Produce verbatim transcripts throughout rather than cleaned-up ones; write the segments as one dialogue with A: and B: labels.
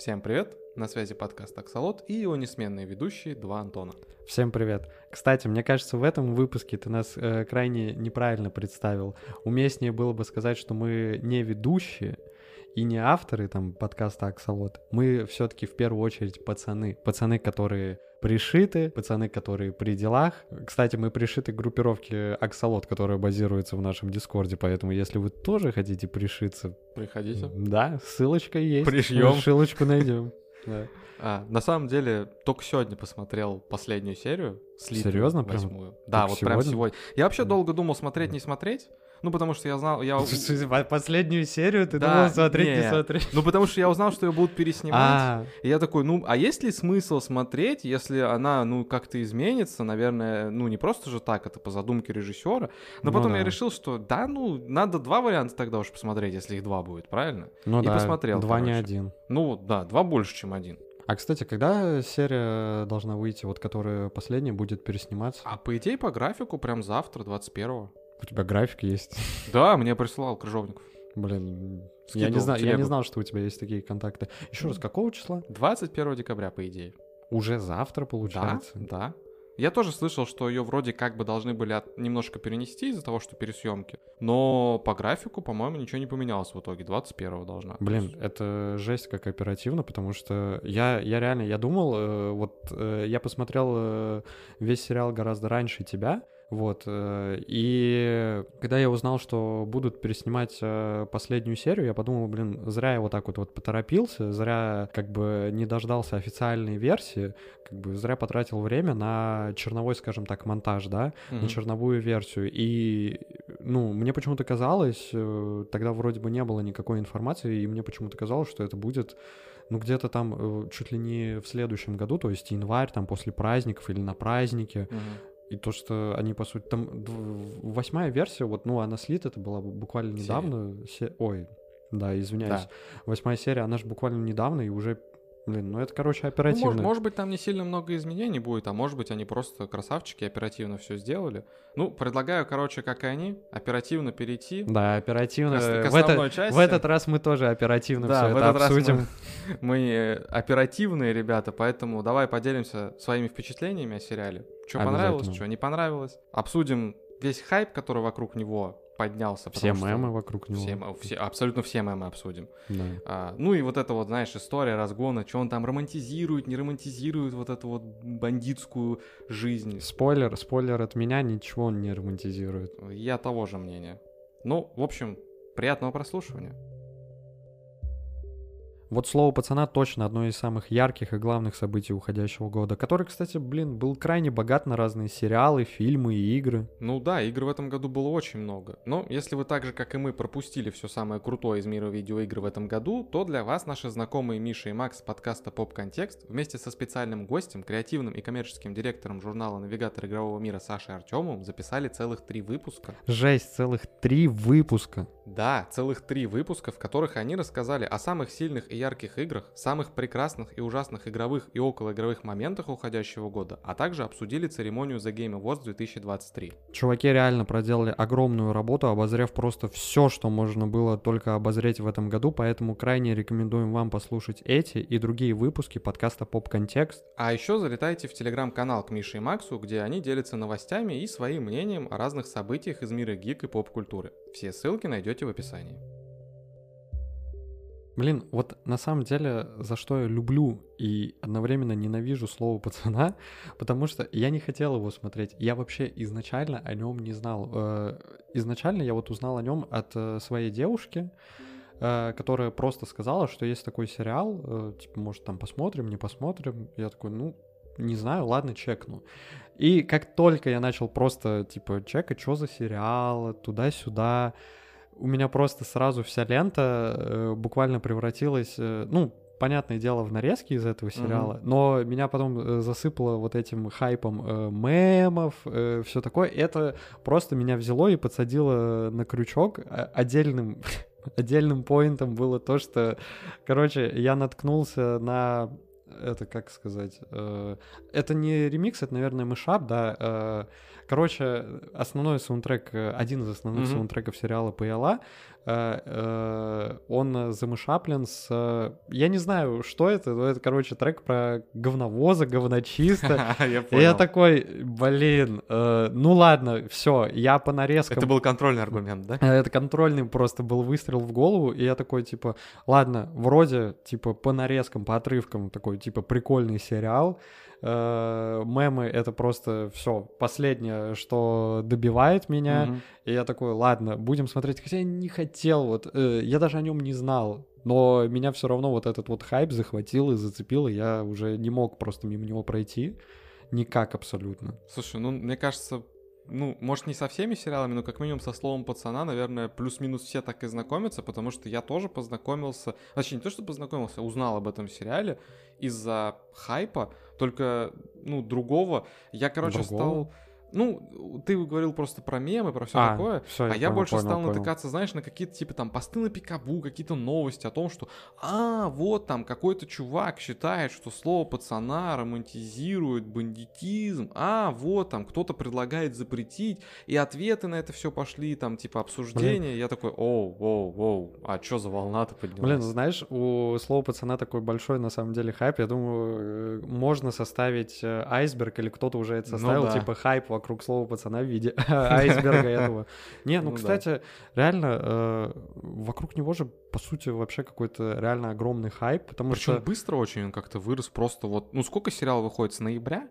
A: Всем привет, на связи подкаст «Аксолот» и его несменные ведущие два Антона.
B: Всем привет. Кстати, мне кажется, в этом выпуске ты нас э, крайне неправильно представил. Уместнее было бы сказать, что мы не ведущие и не авторы там подкаста «Аксолот». Мы все-таки в первую очередь пацаны. Пацаны, которые пришиты, пацаны, которые при делах. Кстати, мы пришиты к группировке «Аксолот», которая базируется в нашем Дискорде, поэтому если вы тоже хотите пришиться...
A: Приходите.
B: Да, ссылочка есть.
A: Пришьем.
B: Ссылочку найдем. Да.
A: А, на самом деле, только сегодня посмотрел последнюю серию.
B: Серьезно? Прям
A: восьмую. Да, вот
B: сегодня?
A: прям сегодня. Я вообще долго думал, смотреть, не смотреть. Ну, потому что я знал... Я...
B: Последнюю серию ты
A: Да,
B: думал смотреть, не
A: не.
B: смотреть?
A: Ну, потому что я узнал, что ее будут переснимать.
B: А,
A: И я такой, ну, а есть ли смысл смотреть, если она, ну, как-то изменится? Наверное, ну, не просто же так, это по задумке режиссера. Но
B: Ну
A: потом
B: да.
A: я решил, что да, ну, надо два варианта тогда уж посмотреть, если их два будет, правильно?
B: ну
A: И
B: да,
A: посмотрел,
B: два не
A: короче.
B: один.
A: Ну, да, два больше, чем один.
B: А, кстати, когда серия должна выйти, вот которая последняя будет пересниматься?
A: А по идее, по графику, прям завтра, двадцать первого.
B: У тебя график есть?
A: Да, мне присылал Крыжовников.
B: Блин, я
A: Скидывал
B: не, знаю,
A: в
B: я не
A: телегу.
B: знал, что у тебя есть такие контакты. Еще раз, какого числа?
A: двадцать первого декабря, по идее.
B: Уже завтра, получается?
A: Да, да. Я тоже слышал, что ее вроде как бы должны были от- немножко перенести из-за того, что пересъемки. Но по графику, по-моему, ничего не поменялось в итоге. двадцать первого должна.
B: Блин, это жесть как оперативно, потому что я, я реально, я думал, э, вот э, я посмотрел э, весь сериал гораздо раньше тебя, вот, э, и когда я узнал, что будут переснимать э, последнюю серию, я подумал, блин, зря я вот так вот, вот поторопился, зря как бы не дождался официальной версии, как бы зря потратил время на черновой, скажем так, монтаж, да,
A: Мгм.
B: на черновую версию. И, ну, мне почему-то казалось, э, тогда вроде бы не было никакой информации, и мне почему-то казалось, что это будет, ну, где-то там э, чуть ли не в следующем году, то есть январь, там, после праздников или на празднике.
A: Мгм.
B: И то, что они, по сути, там дв- восьмая версия, вот, ну, она слит, это была буквально
A: Серия.
B: недавно. Се- Ой, да, извиняюсь.
A: Да.
B: Восьмая серия, она же буквально недавно, и уже, блин, ну, это, короче,
A: Ну,
B: оперативно.
A: может, может быть, там не сильно много изменений будет, а может быть, они просто красавчики, оперативно все сделали. Ну, предлагаю, короче, как и они, оперативно перейти
B: Да, оперативно.
A: к, ос- к
B: в, это-
A: основной части.
B: в этот раз мы тоже оперативно
A: Да,
B: все
A: в
B: это
A: этот раз
B: обсудим.
A: мы, мы э, оперативные ребята, поэтому давай поделимся своими впечатлениями о сериале. Что понравилось,
B: Обязательно.
A: что не понравилось. Обсудим весь хайп, который вокруг него поднялся.
B: Все
A: потому что
B: мемы вокруг него.
A: Все, м- все- абсолютно все мемы обсудим.
B: Да.
A: А, ну и вот это вот, знаешь, история разгона, что он там романтизирует, не романтизирует вот эту вот бандитскую жизнь.
B: Спойлер, спойлер от меня, ничего он не романтизирует.
A: Я того же мнения. Ну, в общем, приятного прослушивания.
B: Вот «Слово пацана» точно одно из самых ярких и главных событий уходящего года, который, кстати, блин, был крайне богат на разные сериалы, фильмы и игры.
A: Ну да, игр в этом году было очень много. Но если вы так же, как и мы, пропустили все самое крутое из мира видеоигр в этом году, то для вас наши знакомые Миша и Макс с подкаста «Поп Контекст» вместе со специальным гостем, креативным и коммерческим директором журнала «Навигатор игрового мира» Сашей Артемовым записали целых три выпуска.
B: Жесть, целых три выпуска.
A: Да, целых три выпуска, в которых они рассказали о самых сильных и ярких играх, самых прекрасных и ужасных игровых и околоигровых моментах уходящего года, а также обсудили церемонию The Game Awards две тысячи двадцать три.
B: Чуваки реально проделали огромную работу, обозрев просто все, что можно было только обозреть в этом году, поэтому крайне рекомендуем вам послушать эти и другие выпуски подкаста «Поп Контекст».
A: А еще залетайте в телеграм-канал к Мише и Максу, где они делятся новостями и своим мнением о разных событиях из мира гик и поп-культуры. Все ссылки найдете в описании.
B: Блин, вот на самом деле, за что я люблю и одновременно ненавижу «Слово пацана», потому что я не хотел его смотреть. Я вообще изначально о нем не знал. Э, Изначально я вот узнал о нем от э, своей девушки, э, которая просто сказала, что есть такой сериал, э, типа, может, там посмотрим, не посмотрим. Я такой, ну, не знаю, ладно, чекну. И как только я начал просто, типа, чекать, что за сериал, туда-сюда, у меня просто сразу вся лента э, буквально превратилась, э, ну, понятное дело, в нарезки из этого сериала,
A: Мгм.
B: но меня потом э, засыпало вот этим хайпом э, мемов, э, все такое. Это просто меня взяло и подсадило на крючок. А- Отдельным, отдельным поинтом было то, что, короче, я наткнулся на... Это как сказать? э, Это не ремикс, это, наверное, мышап, да, э, короче, основной саундтрек, один из основных mm-hmm. саундтреков сериала ПЛА, он замышаплен с... Я не знаю, что это, но это, короче, трек про говновоза, говночиста.
A: Я понял.
B: И я такой, блин, ну ладно, все, я по нарезкам...
A: Это был контрольный аргумент, да?
B: Это контрольный просто был выстрел в голову, и я такой, типа, ладно, вроде, типа, по нарезкам, по отрывкам такой, типа, прикольный сериал. Мемы — это просто все последнее, что добивает меня. Mm-hmm. И я такой, ладно, будем смотреть. Хотя я не хотел, вот, э, я даже о нем не знал. Но меня все равно вот этот вот хайп захватил и зацепил, и я уже не мог просто мимо него пройти. Никак абсолютно.
A: Слушай, ну, мне кажется, ну, может, не со всеми сериалами, но как минимум со словом пацана, наверное, плюс-минус все так и знакомятся, потому что я тоже познакомился, точнее, не то, что познакомился, узнал об этом сериале из-за хайпа, только, ну, другого. Я, короче, другого? стал... Ну, ты говорил просто про мемы, про все а, такое,
B: всё,
A: а я,
B: я
A: я
B: понял,
A: больше
B: понял,
A: стал
B: понял.
A: натыкаться, знаешь, на какие-то типа там посты на Пикабу, какие-то новости о том, что а, вот там какой-то чувак считает, что слово пацана романтизирует бандитизм, а, вот там кто-то предлагает запретить, и ответы на это все пошли, там типа обсуждения, я такой, оу, оу, оу, а что за волна-то поднялась?
B: Блин, знаешь, у слова пацана такой большой на самом деле хайп, я думаю, можно составить айсберг, или кто-то уже это составил, ну, да. типа хайп вокруг слова пацана в виде айсберга этого. Не, ну, кстати, реально, вокруг него же, по сути, вообще какой-то реально огромный хайп, потому что...
A: Причем быстро очень он как-то вырос, просто вот... Ну, сколько сериал выходит, с ноября?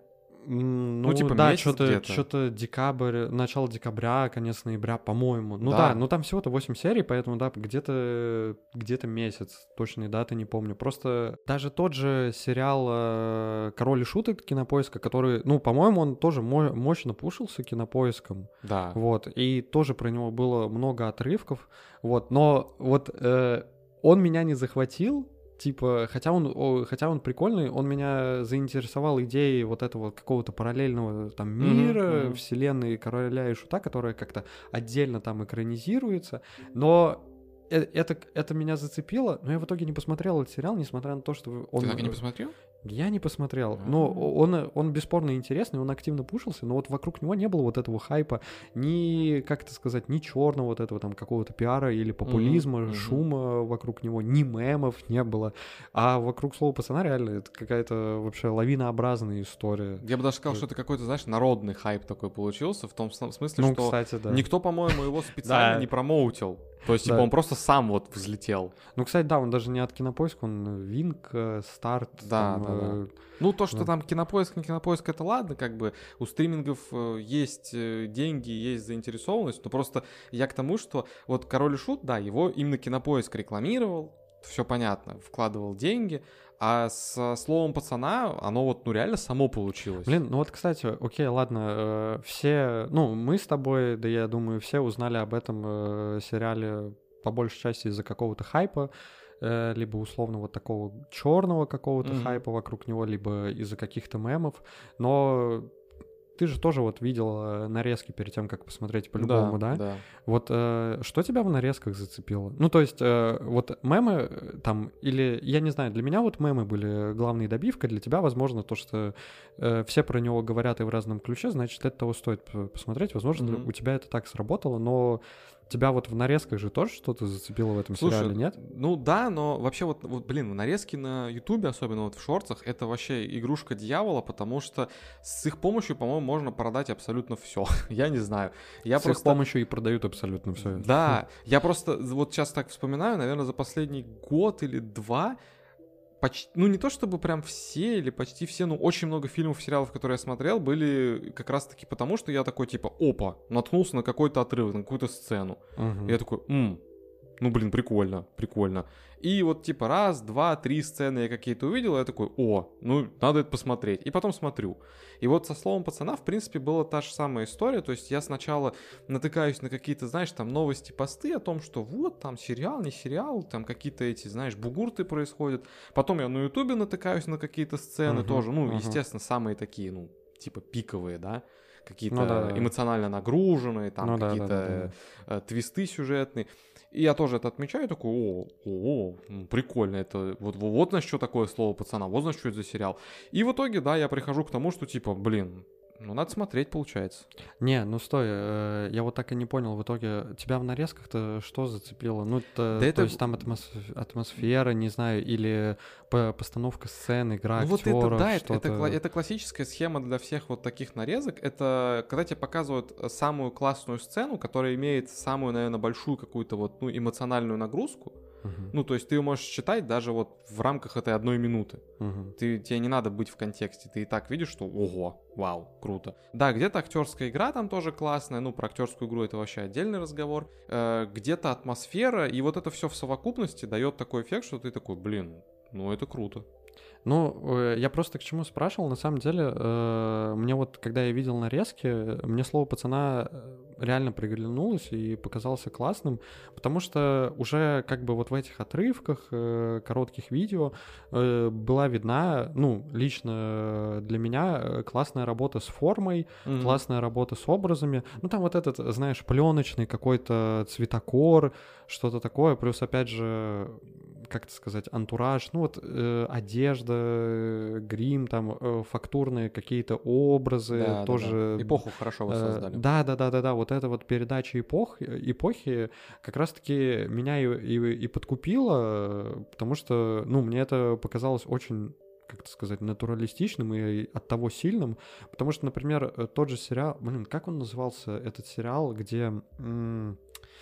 B: Ну, ну, типа, да, что-то, что-то декабрь, начало декабря, конец ноября, по-моему. Ну да. да, ну там всего-то восемь серий, поэтому, да, где-то, где-то месяц, точной даты не помню. Просто даже тот же сериал «Король и Шут» от Кинопоиска, который, ну, по-моему, он тоже мо- мощно пушился Кинопоиском.
A: Да.
B: Вот, и тоже про него было много отрывков, вот, но вот э, он меня не захватил, типа, хотя он, хотя он прикольный, он меня заинтересовал идеей вот этого какого-то параллельного там мира, mm-hmm, mm-hmm. вселенной Короля и Шута, которая как-то отдельно там экранизируется, но это, это меня зацепило, но я в итоге не посмотрел этот сериал, несмотря на то, что он...
A: Ты так и не посмотрел?
B: Я не посмотрел, mm-hmm. но он, он бесспорно интересный, он активно пушился, но вот вокруг него не было вот этого хайпа, ни, как это сказать, ни черного вот этого там какого-то пиара или популизма, mm-hmm. шума вокруг него, ни мемов не было, а вокруг слова пацана реально это какая-то вообще лавинообразная история.
A: Я бы даже сказал, что это какой-то, знаешь, народный хайп такой получился, в том смысле,
B: ну,
A: что
B: кстати, да.
A: никто, по-моему, его специально не промоутил. То есть, типа,
B: да.
A: он просто сам вот взлетел.
B: Ну, кстати, да, он даже не от Кинопоиска, он Винк, Старт.
A: Да,
B: там,
A: да, да. Ну, то, что да. там Кинопоиск, не Кинопоиск, это ладно, как бы у стримингов есть деньги, есть заинтересованность, но просто я к тому, что вот «Король и Шут», да, его именно Кинопоиск рекламировал, все понятно, вкладывал деньги, а со словом пацана оно вот, ну, реально само получилось.
B: Блин, ну вот, кстати, окей, ладно, э, все, ну, мы с тобой, да я думаю, все узнали об этом э, сериале по большей части из-за какого-то хайпа, э, либо условно вот такого черного какого-то mm-hmm. хайпа вокруг него, либо из-за каких-то мемов, но... Ты же тоже вот видел нарезки перед тем, как посмотреть по-любому, да?
A: Да, да.
B: Вот э, что тебя в нарезках зацепило? Ну, то есть, э, вот мемы там, или, я не знаю, для меня вот мемы были главной добивкой, для тебя, возможно, то, что э, все про него говорят и в разном ключе, значит, это того стоит посмотреть. Возможно, mm-hmm. у тебя это так сработало, но... Тебя вот в нарезках же тоже что-то зацепило в этом
A: Слушай,
B: сериале, нет?
A: Ну да, но вообще вот, вот, блин, нарезки на Ютубе, особенно вот в шортсах, это вообще игрушка дьявола, потому что с их помощью, по-моему, можно продать абсолютно все. Я не знаю. Я
B: с
A: просто...
B: их помощью и продают абсолютно все.
A: Да, я просто вот сейчас так вспоминаю, наверное, за последний год или два... Почти, ну, не то чтобы прям все или почти все, но очень много фильмов, сериалов, которые я смотрел, были как раз-таки потому, что я такой, типа, опа, наткнулся на какой-то отрывок, на какую-то сцену. Uh-huh. И я такой, м, ну, блин, прикольно, прикольно. И вот, типа, раз, два, три сцены я какие-то увидел, и я такой, о, ну, надо это посмотреть. И потом смотрю. И вот со словом пацана, в принципе, была та же самая история. То есть я сначала натыкаюсь на какие-то, знаешь, там новости, посты о том, что вот, там, сериал, не сериал, там какие-то эти, знаешь, бугурты происходят. Потом я на Ютубе натыкаюсь на какие-то сцены uh-huh, тоже. Ну, uh-huh. естественно, самые такие, ну, типа, пиковые, да. Какие-то ну, да, да. эмоционально нагруженные, там, ну, какие-то да, да, да, да. твисты сюжетные. И я тоже это отмечаю, такой, о, о, о прикольно, это вот, вот, значит, что такое слово пацана, вот, значит, что это за сериал. И в итоге, да, я прихожу к тому, что, типа, блин, Ну, надо смотреть, получается.
B: Не, ну стой, э, я вот так и не понял, в итоге тебя в нарезках-то что зацепило? Ну, то,
A: Да это-
B: то есть там атмос- атмосфера, не знаю, или по- постановка сцен, игра
A: Ну вот это,
B: актеров,
A: да, это,
B: что-то...
A: это, кла- это классическая схема для всех вот таких нарезок. Это когда тебе показывают э, самую классную сцену, которая имеет самую, наверное, большую какую-то вот, ну, эмоциональную нагрузку.
B: Мгм,
A: Ну, то есть ты ее можешь читать даже вот в рамках этой одной минуты.
B: мгм.
A: Ты, тебе не надо быть в контексте, ты и так видишь, что ого, вау, круто. Да, где-то актерская игра там тоже классная, ну, про актерскую игру это вообще отдельный разговор. Э, где-то атмосфера, и вот это все в совокупности дает такой эффект, что ты такой, блин, ну это круто.
B: Ну, э, я просто к чему спрашивал, на самом деле, э, мне вот, когда я видел нарезки, мне слово пацана э, реально приглянулось и показался классным, потому что уже как бы вот в этих отрывках, э, коротких видео э, была видна, ну, лично для меня э, классная работа с формой,
A: Мгм.
B: классная работа с образами. Ну, там вот этот, знаешь, пленочный какой-то цветокор, что-то такое, плюс, опять же, как это сказать, антураж, ну вот э, одежда, э, грим, там э, фактурные какие-то образы,
A: Да, да,
B: тоже...
A: да. Эпоху хорошо
B: э,
A: воссоздали.
B: Да, да, да, да, да, вот эта вот передача эпох, эпохи как раз-таки меня и, и, и подкупила, потому что, ну, мне это показалось очень, как это сказать, натуралистичным и оттого сильным, потому что, например, э, тот же сериал, блин, как он назывался, этот сериал, где... м,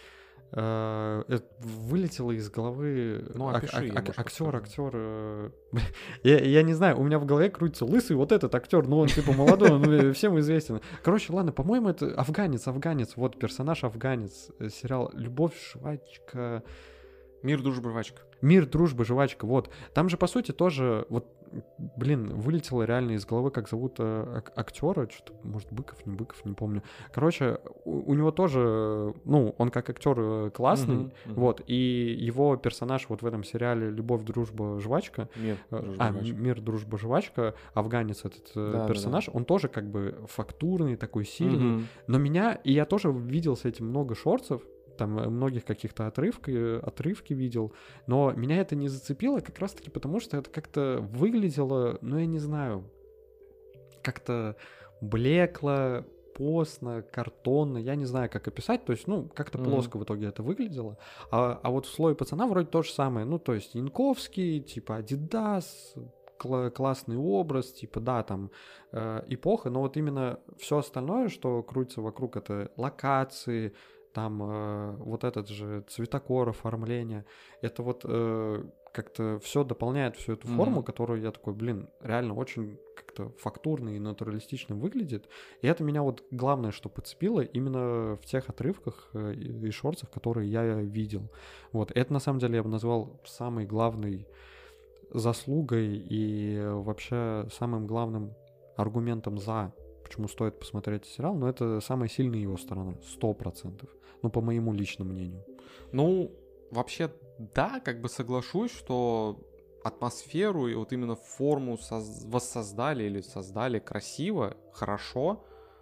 B: э, э, вылетело из головы
A: Ну,
B: ак-
A: опиши,
B: ак-
A: я,
B: ак-
A: может,
B: актер,
A: подскажу.
B: актер. э, Я, я не знаю, у меня в голове крутится лысый вот этот актер, ну он типа молодой, он э, всем известен. Короче, ладно, по-моему, это афганец, афганец, вот персонаж афганец, э, сериал «Любовь, жвачка»,
A: Мир, дружба, жвачка.
B: «Мир, дружба, жвачка», вот. Там же, по сути, тоже, вот, блин, вылетело реально из головы, как зовут э, ак- актера, что-то, может, Быков, не Быков, не помню. Короче, у, у него тоже, ну, он как актер э, классный,
A: Мгм, мгм.
B: вот, и его персонаж вот в этом сериале «Любовь, дружба, жвачка»,
A: Мир,
B: э,
A: дружба,
B: а,
A: жвачка.
B: «Мир, дружба, жвачка», афганец этот э,
A: Да, да,
B: персонаж, он тоже как бы фактурный, такой сильный,
A: Мгм.
B: но меня, и я тоже видел с этим много шортсов, там э, многих каких-то отрывки, отрывки видел, но меня это не зацепило как раз-таки потому, что это как-то выглядело, ну я не знаю, как-то блекло, постно, картонно, я не знаю, как описать, то есть, ну, как-то
A: Мгм.
B: плоско в итоге это выглядело, а, а вот в «Слое пацана» вроде то же самое, ну, то есть Янковский, типа Адидас, кла- классный образ, типа, да, там, э, эпоха, но вот именно все остальное, что крутится вокруг, это локации, там э, вот этот же цветокор, оформление, это вот э, как-то все дополняет всю эту форму,
A: Мгм.
B: которую я такой, блин, реально очень как-то фактурно и натуралистично выглядит. И это меня вот главное, что подцепило именно в тех отрывках э, и и шортсах, которые я видел. Вот, это на самом деле я бы назвал самой главной заслугой и э, вообще самым главным аргументом за, почему стоит посмотреть сериал, но это самая сильная его сторона, сто процентов. Ну, по моему личному мнению.
A: Ну, вообще, да, как бы соглашусь, что атмосферу и вот именно форму соз- воссоздали или создали красиво, хорошо,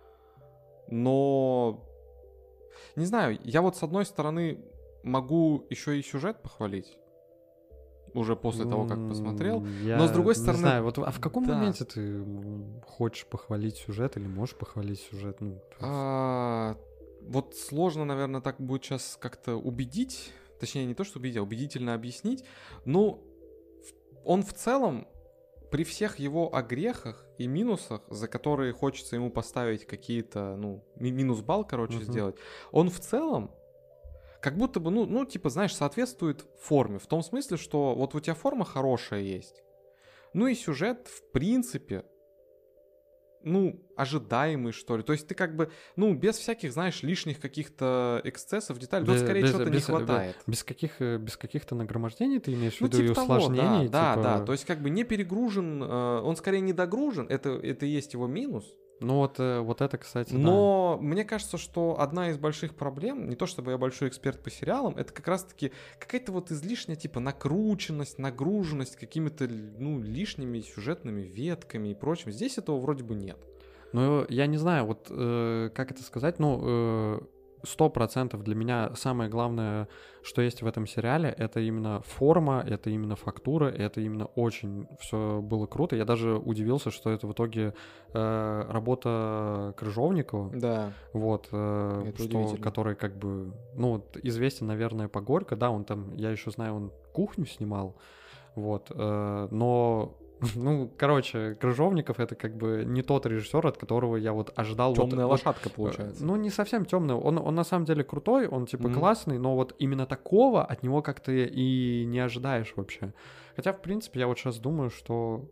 A: но не знаю, я вот с одной стороны могу еще и сюжет похвалить уже после того, как посмотрел,
B: М, я
A: но с другой
B: не
A: стороны,
B: знаю, вот а в каком
A: да.
B: моменте ты м, хочешь похвалить сюжет или можешь похвалить сюжет? Ну, то есть-
A: А, вот сложно, наверное, так будет сейчас как-то убедить, точнее, не то, что убедить, а убедительно объяснить. Но в- он в целом, при всех его огрехах и минусах, за которые хочется ему поставить какие-то, ну, ми- минус-балл, короче,
B: Мгм.
A: сделать, он в целом как будто бы, ну, ну, типа, знаешь, соответствует форме. В том смысле, что вот у тебя форма хорошая есть. Ну и сюжет, в принципе, ну, ожидаемый, что ли. То есть ты как бы, ну, без всяких, знаешь, лишних каких-то эксцессов, деталей. Тут
B: Бе-
A: скорее
B: без,
A: чего-то не
B: без- бе-
A: хватает.
B: без каких, э, без каких-то нагромождений ты имеешь в
A: Ну,
B: виду и
A: типа того, да,
B: усложнений?
A: да,
B: типа...
A: да. То есть как бы не перегружен, э, он скорее не догружен, это, это и есть его минус.
B: Ну вот, э, вот это, кстати, да.
A: Но мне кажется, что одна из больших проблем, не то чтобы я большой эксперт по сериалам, это как раз-таки какая-то вот излишняя типа накрученность, нагруженность какими-то, ну, лишними сюжетными ветками и прочим. Здесь этого вроде бы нет.
B: Ну, я не знаю, вот э, как это сказать, ну, э, сто процентов для меня самое главное, что есть в этом сериале, это именно форма, это именно фактура, это именно очень все было круто. Я даже удивился, что это в итоге э, работа Крыжовникова.
A: Да.
B: Вот, э, что, который как бы, ну, вот, известен, наверное, по Горько, да, он там, я еще знаю, он «Кухню» снимал, вот, э, но... Ну, короче, Крыжовников — это как бы не тот режиссер, от которого я вот ожидал.
A: Темная
B: вот,
A: лошадка,
B: вот,
A: получается.
B: Ну, не совсем темный. Он, он на самом деле крутой, он типа
A: Mm-hmm.
B: классный, но вот именно такого от него как-то и не ожидаешь вообще. Хотя, в принципе, я вот сейчас думаю, что...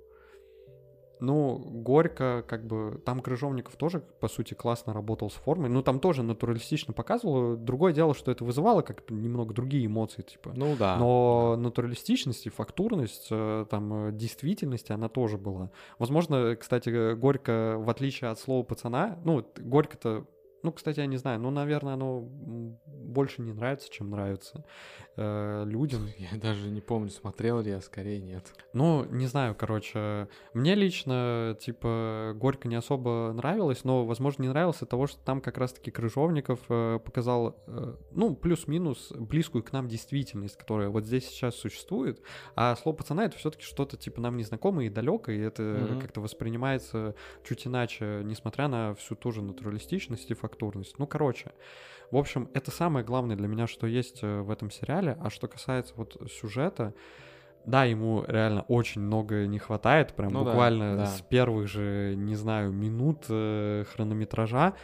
B: Ну, Горько, как бы, там Крыжовников тоже, по сути, классно работал с формой. Ну, там тоже натуралистично показывал. Другое дело, что это вызывало как немного другие эмоции, типа.
A: Ну, да.
B: Но
A: да.
B: натуралистичность и фактурность, там, действительность, она тоже была. Возможно, кстати, Горько, в отличие от слова «пацана», ну, Горько-то, ну, кстати, я не знаю, ну, наверное, оно больше не нравится, чем нравится э, людям.
A: Я даже не помню, смотрел ли я, скорее нет.
B: Ну, не знаю, короче, мне лично, типа, Горько не особо нравилось, но, возможно, не нравилось от того, что там как раз-таки Крыжовников э, показал, э, ну, плюс-минус близкую к нам действительность, которая вот здесь сейчас существует, а слово «пацана» — это все-таки что-то, типа, нам незнакомое и далекое, и это mm-hmm. как-то воспринимается чуть иначе, несмотря на всю ту же натуралистичность и фактурность. Ну, короче, в общем, это самое главное для меня, что есть в этом сериале. А что касается вот сюжета, да, ему реально очень многое не хватает, прям ну буквально да, да. с первых же, не знаю, минут э, хронометража,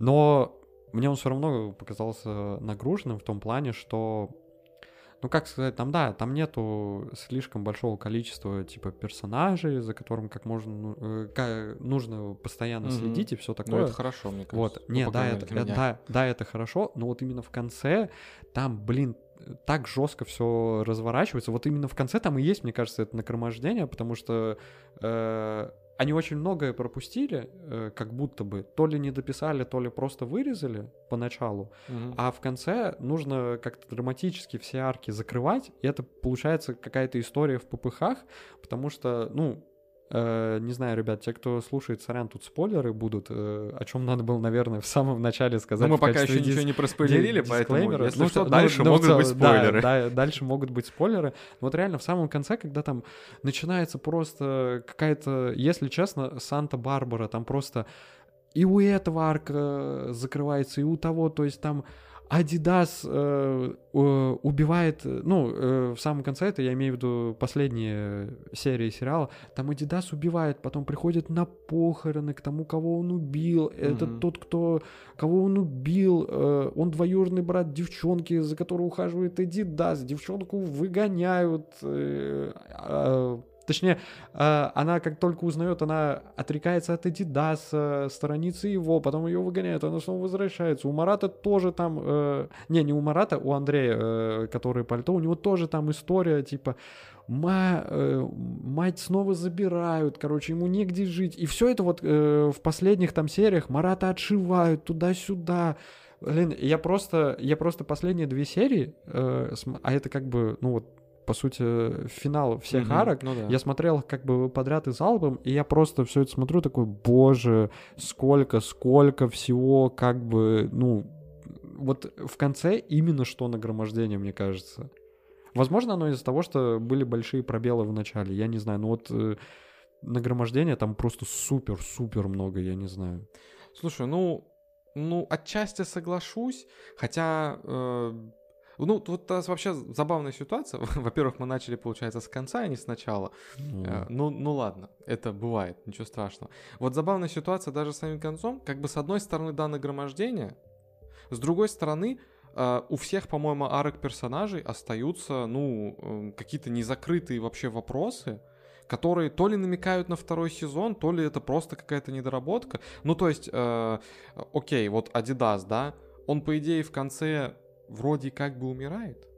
B: но мне он все равно показался нагруженным в том плане, что... Ну, как сказать, там, да, там нету слишком большого количества, типа, персонажей, за которым как можно, э, как, нужно постоянно mm-hmm. следить и все такое.
A: Ну, это хорошо, мне кажется.
B: Вот, не, да, это, это, да, да, это хорошо, но вот именно в конце там, блин, так жестко все разворачивается. Вот именно в конце там и есть, мне кажется, это нагромождение, потому что... Э, они очень многое пропустили, э, как будто бы. То ли не дописали, то ли просто вырезали поначалу. Mm-hmm. А в конце нужно как-то драматически все арки закрывать. И это получается какая-то история в попыхах. Потому что, ну, э, не знаю, ребят, те, кто слушает, сорян, тут спойлеры будут. Э, о чем надо было, наверное, в самом начале сказать.
A: Но мы пока еще дис- ничего не проспойлерили, дис- поэтому, если ну, что, ну, дальше ну, могут ну, быть спойлеры.
B: Да, да, дальше могут быть спойлеры. Вот реально в самом конце, когда там начинается просто какая-то, если честно, Санта-Барбара, там просто и у этого арка закрывается, и у того, то есть там Адидас э, э, убивает, ну, э, в самом конце, это я имею в виду последние серии сериала, там Адидас убивает, потом приходит на похороны к тому, кого он убил, mm-hmm. это тот, кто, кого он убил, э, он двоюродный брат девчонки, за которой ухаживает Адидас, девчонку выгоняют, э, э, Точнее, она как только узнает, она отрекается от Адидаса, сторонится его, потом ее выгоняют, она снова возвращается. У Марата тоже там... Э, не, не у Марата, у Андрея, э, который пальто, у него тоже там история, типа, ма, э, мать снова забирают, короче, ему негде жить. И все это вот э, в последних там сериях Марата отшивают туда-сюда. Блин, я просто, я просто последние две серии, э, а это как бы, ну вот, по сути, финал всех mm-hmm. арок, ну, да. я смотрел как бы подряд и залпом, и я просто все это смотрю, такой, боже, сколько, сколько всего, как бы, ну, вот в конце именно что нагромождение, мне кажется. Возможно, оно из-за того, что были большие пробелы в начале, я не знаю, но вот э, нагромождение там просто супер-супер много, я не знаю.
A: Слушай, ну, ну отчасти соглашусь, хотя... Э... Ну, тут вообще забавная ситуация. Во-первых, мы начали, получается, с конца, а не сначала. Mm. Ну, ну ладно, это бывает, ничего страшного. Вот забавная ситуация даже с самим концом. Как бы с одной стороны, да, нагромождение, с другой стороны, у всех, по-моему, арок персонажей остаются, ну, какие-то незакрытые вообще вопросы, которые то ли намекают на второй сезон, то ли это просто какая-то недоработка. Ну, то есть, э, окей, вот Адидас, да, он, по идее, в конце... вроде как бы умирает,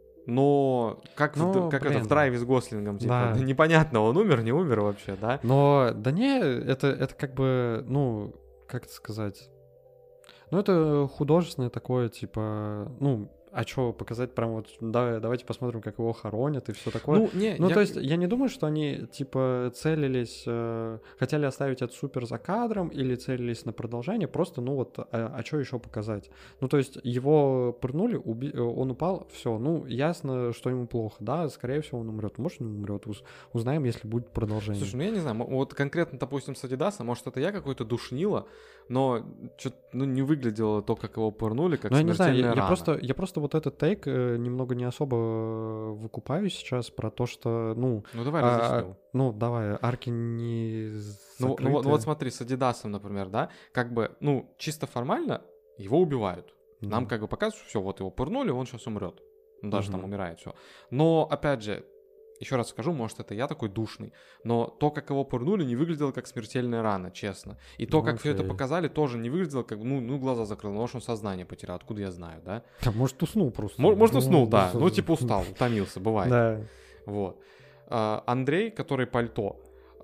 A: но как, ну, в, как это в драйве с Гослингом, типа, да. непонятно, он умер, не умер вообще, да?
B: Но, да не, это, это как бы, ну, как это сказать, ну, это художественное такое, типа, ну, а что, показать прям вот, да, давайте посмотрим, как его хоронят и все такое.
A: Ну, не,
B: ну
A: я...
B: то есть я не думаю, что они, типа, целились, э, хотели оставить это супер за кадром или целились на продолжение, просто, ну вот, а, а что еще показать? Ну, то есть его пырнули, уби... он упал, все, ну, ясно, что ему плохо, да, скорее всего, он умрет. Может, он умрет, Уз... узнаем, если будет продолжение.
A: Слушай, ну я не знаю, вот конкретно, допустим, с Адидаса, может, это я какой-то душнило, но что-то, ну, не выглядело то, как его пырнули, как
B: ну, я не знаю, я,
A: рана.
B: я просто, я просто вот этот тейк э, немного не особо выкупаю сейчас про то, что, ну...
A: Ну, давай
B: а,
A: разъясню.
B: Ну, давай, арки не
A: ну, ну, ну, вот смотри, с Адидасом, например, да, как бы, ну, чисто формально его убивают. Mm-hmm. Нам как бы показывают, что все, вот его пырнули, он сейчас умрет. Он даже mm-hmm. там умирает, все. Но, опять же, еще раз скажу, может, это я такой душный, но то, как его пырнули, не выглядело как смертельная рана, честно. И то, ну, как все это показали, тоже не выглядело как, ну, ну глаза закрыл, может, он сознание потерял, откуда я знаю, да?
B: А может, уснул просто.
A: Может, может уснул, да, ну, типа устал, утомился, бывает.
B: Да.
A: Вот. А, Андрей, который пальто,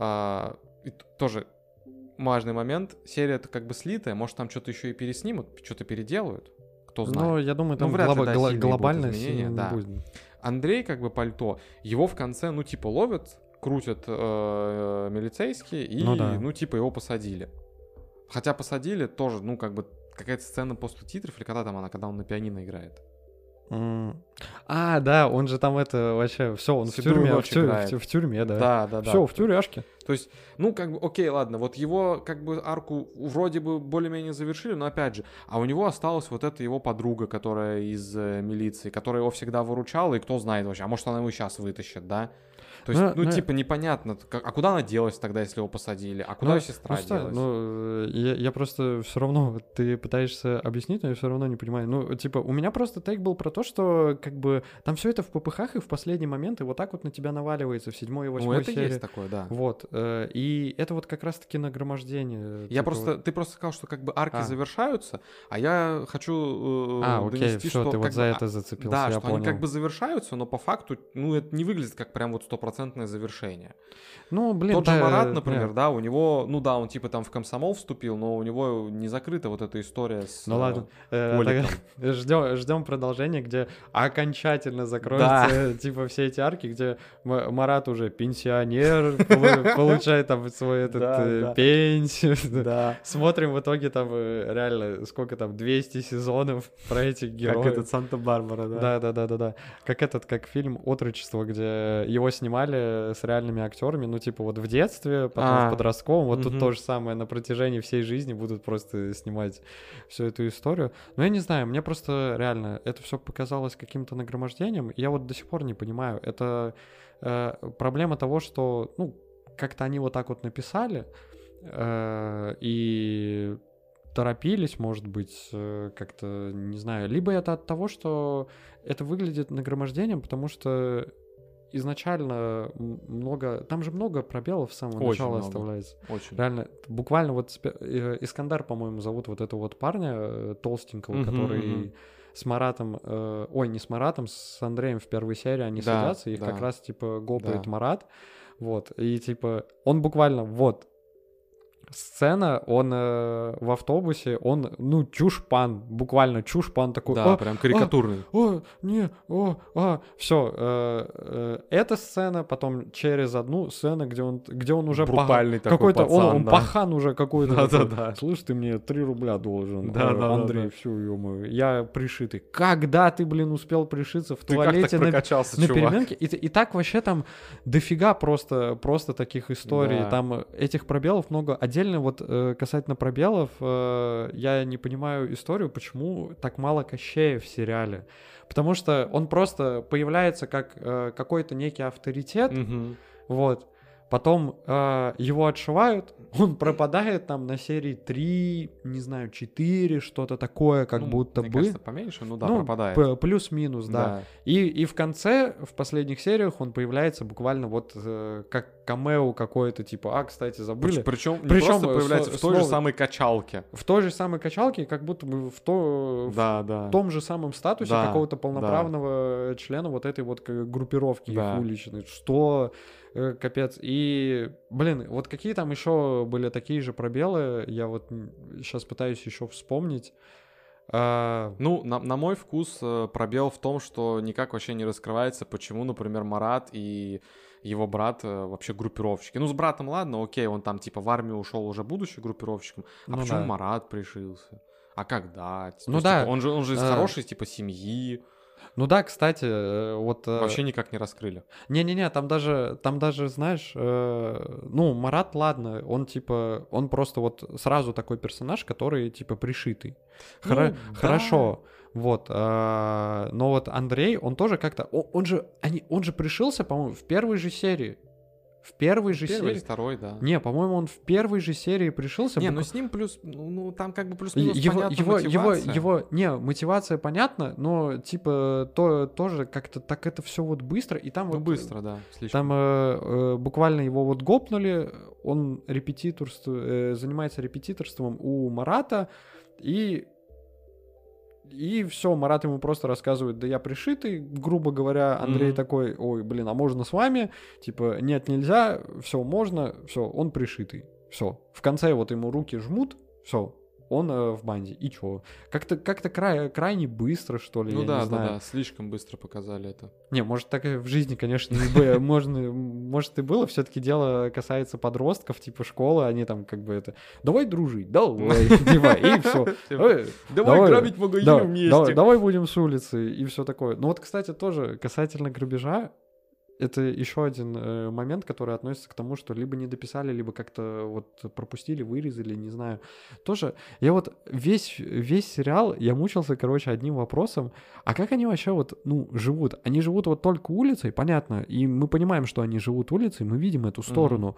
A: а, тоже важный момент, серия-то как бы слитая, может, там что-то еще и переснимут, что-то переделают, кто знает.
B: Ну, я думаю, там
A: ну, вряд
B: глоб...
A: ли, да,
B: гл... глобально
A: изменения, да.
B: будет.
A: Андрей, как бы пальто, его в конце, ну, типа, ловят, крутят э, милицейские и, ну, да. ну, типа, его посадили. Хотя посадили тоже, ну, как бы, какая-то сцена после титров, или когда там она, когда он на пианино играет.
B: Mm. А, да, он же там это вообще, все, он
A: Седую
B: в тюрьме, в, тю... в, в тюрьме, да.
A: Да, да, да.
B: Все, в тюряшке.
A: То есть, ну, как бы, окей, ладно, вот его, как бы, арку вроде бы более-менее завершили, но опять же, а у него осталась вот эта его подруга, которая из э, милиции, которая его всегда выручала, и кто знает вообще, а может, она его сейчас вытащит, да? То есть, но, ну, но... типа, непонятно, как, а куда она делась тогда, если его посадили? А куда
B: ну,
A: ее сестра
B: ну,
A: делась?
B: Ну, я, я просто все равно, ты пытаешься объяснить, но я все равно не понимаю. Ну, типа, у меня просто тейк был про то, что, как бы, там все это в попыхах, и в последний момент, и вот так вот на тебя наваливается в седьмой и восьмой
A: ну, это
B: серии.
A: есть такое, да.
B: Вот, и это вот как раз-таки нагромождение.
A: Я
B: типа
A: просто,
B: вот...
A: ты просто сказал, что, как бы, арки
B: а.
A: завершаются, а я хочу э,
B: а,
A: донести,
B: окей,
A: что...
B: все, ты
A: как
B: вот
A: бы,
B: за это зацепился,
A: да,
B: я
A: что
B: понял.
A: они как бы завершаются, но по факту, ну, это не выглядит как прям вот стопроцентное завершение.
B: Ну, блин,
A: Тот
B: да,
A: же Марат, например,
B: нет.
A: да, у него, ну да, он типа там в комсомол вступил, но у него не закрыта вот эта история с
B: Ну ладно,
A: э,
B: ждем, ждем продолжения, где окончательно закроются да. типа все эти арки, где Марат уже пенсионер, получает там свой этот пенсию. Смотрим в итоге там реально сколько там, двести сезонов про этих героев.
A: Как этот Санта-Барбара, да?
B: Да, да, да, да, да. Как этот, как фильм «Отрочество», где его снимали с реальными актерами, ну, типа, вот в детстве, потом а, в подростковом, вот угу. тут то же самое, на протяжении всей жизни будут просто снимать всю эту историю. Но я не знаю, мне просто реально это все показалось каким-то нагромождением, и я вот до сих пор не понимаю, это э, проблема того, что, ну, как-то они вот так вот написали, э, и торопились, может быть, э, как-то, не знаю, либо это от того, что это выглядит нагромождением, потому что изначально много... Там же много пробелов с самого
A: Очень
B: начала
A: много.
B: оставляется.
A: Очень.
B: Реально, буквально вот Искандар, по-моему, зовут вот этого вот парня толстенького, uh-huh, который uh-huh. с Маратом... Э, ой, не с Маратом, с Андреем в первой серии они да, садятся, их да. как раз, типа, гопает да. Марат. Вот, и, типа, он буквально вот... Сцена, он э, в автобусе, он, ну, чушпан, буквально чушпан такой.
A: Да, прям карикатурный.
B: О, о не, о, а, все. Э, э, эта сцена, потом через одну сцену, где он, где он уже
A: брутальный
B: пах... такой
A: пацан,
B: он, он
A: да.
B: пахан уже какой-то.
A: Да, да, да.
B: Слышь, ты мне три рубля должен,
A: да,
B: э,
A: да,
B: Андрей,
A: да, да.
B: всю ё-моё. Я пришитый. Когда ты, блин, успел пришиться в
A: ты
B: туалете
A: как так
B: на,
A: прокачался,
B: на
A: чувак?
B: переменке? И, и так вообще там дофига просто, просто таких историй.
A: Да.
B: Там этих пробелов много. Отдельно вот э, касательно пробелов, э, я не понимаю историю, почему так мало Кощея в сериале. Потому что он просто появляется как э, какой-то некий авторитет,
A: угу.
B: вот. Потом э, его отшивают, он пропадает там на серии три, не знаю, четыре, что-то такое, как
A: ну,
B: будто
A: мне
B: бы.
A: Кажется, поменьше, ну да, ну, пропадает.
B: П- плюс-минус, да.
A: да.
B: И, и в конце, в последних сериях, он появляется буквально вот э, как камео какое-то, типа, а, кстати, забыли.
A: Причем не
B: Причем
A: просто появляется с, в той снова, же самой качалке.
B: В той же самой качалке, как будто бы в, то,
A: да,
B: в
A: да.
B: том же самом статусе
A: да,
B: какого-то полноправного
A: да.
B: члена вот этой вот группировки
A: да.
B: их уличной. Что... Капец. И, блин, вот какие там еще были такие же пробелы, я вот сейчас пытаюсь еще вспомнить. А,
A: Ну, на, на мой вкус э, пробел в том, что никак вообще не раскрывается, почему, например, Марат и его брат э, вообще группировщики. Ну, с братом ладно, окей, он там типа в армию ушел уже будучи группировщиком, а
B: ну
A: почему
B: да.
A: Марат пришился? А когда? То
B: Ну
A: есть,
B: да.
A: типа, он же, он же из
B: э,
A: хорошей типа семьи,
B: Ну да, кстати, э, вот... э,
A: вообще никак не раскрыли.
B: Не-не-не, там даже, там даже, знаешь, э, ну, Марат, ладно, он типа, он просто вот сразу такой персонаж, который типа пришитый. Хоро-
A: Ну, да.
B: Хорошо, вот, а, но вот Андрей, он тоже как-то, он, он же, они, он же пришился, по-моему, в первой же серии. В первой же
A: Первый или
B: серии.
A: второй, да.
B: Не, по-моему, он в первой же серии пришился.
A: Не,
B: букв-
A: ну с ним плюс, ну, ну, там как бы
B: Е-
A: плюс-минус
B: Его,
A: понятна
B: его, его,
A: мотивация.
B: его, не, мотивация понятна, но типа то, тоже как-то так это все вот быстро, и там
A: Ну,
B: вот...
A: быстро, да, слишком.
B: Там э, э, буквально его вот гопнули, он репетиторство, э, занимается репетиторством у Марата, и, и все, Марат ему просто рассказывает, да я пришитый, грубо говоря, Андрей
A: Мгм.
B: такой, ой, блин, а можно с вами? Типа, нет, нельзя, все, можно, все, он пришитый, все. В конце вот ему руки жмут, все, он э, в банде, и чё? Как-то, как-то край, крайне быстро, что ли,
A: Ну
B: я
A: да,
B: не
A: да,
B: знаю.
A: да, слишком быстро показали это.
B: Не, может, так и в жизни, конечно, и бы- можно, может, и было. Все-таки дело касается подростков, типа школы, они там как бы это, давай дружить, давай, типа, и все.
A: Давай грабить магазин вместе.
B: Давай будем с улицы, и все такое. Ну вот, кстати, тоже касательно грабежа, это еще один э, момент, который относится к тому, что либо не дописали, либо как-то вот пропустили, вырезали, не знаю. Тоже, я вот весь, весь сериал, я мучился, короче, одним вопросом, а как они вообще вот, ну, живут? Они живут вот только улицей, понятно, и мы понимаем, что они живут улицей, мы видим эту сторону,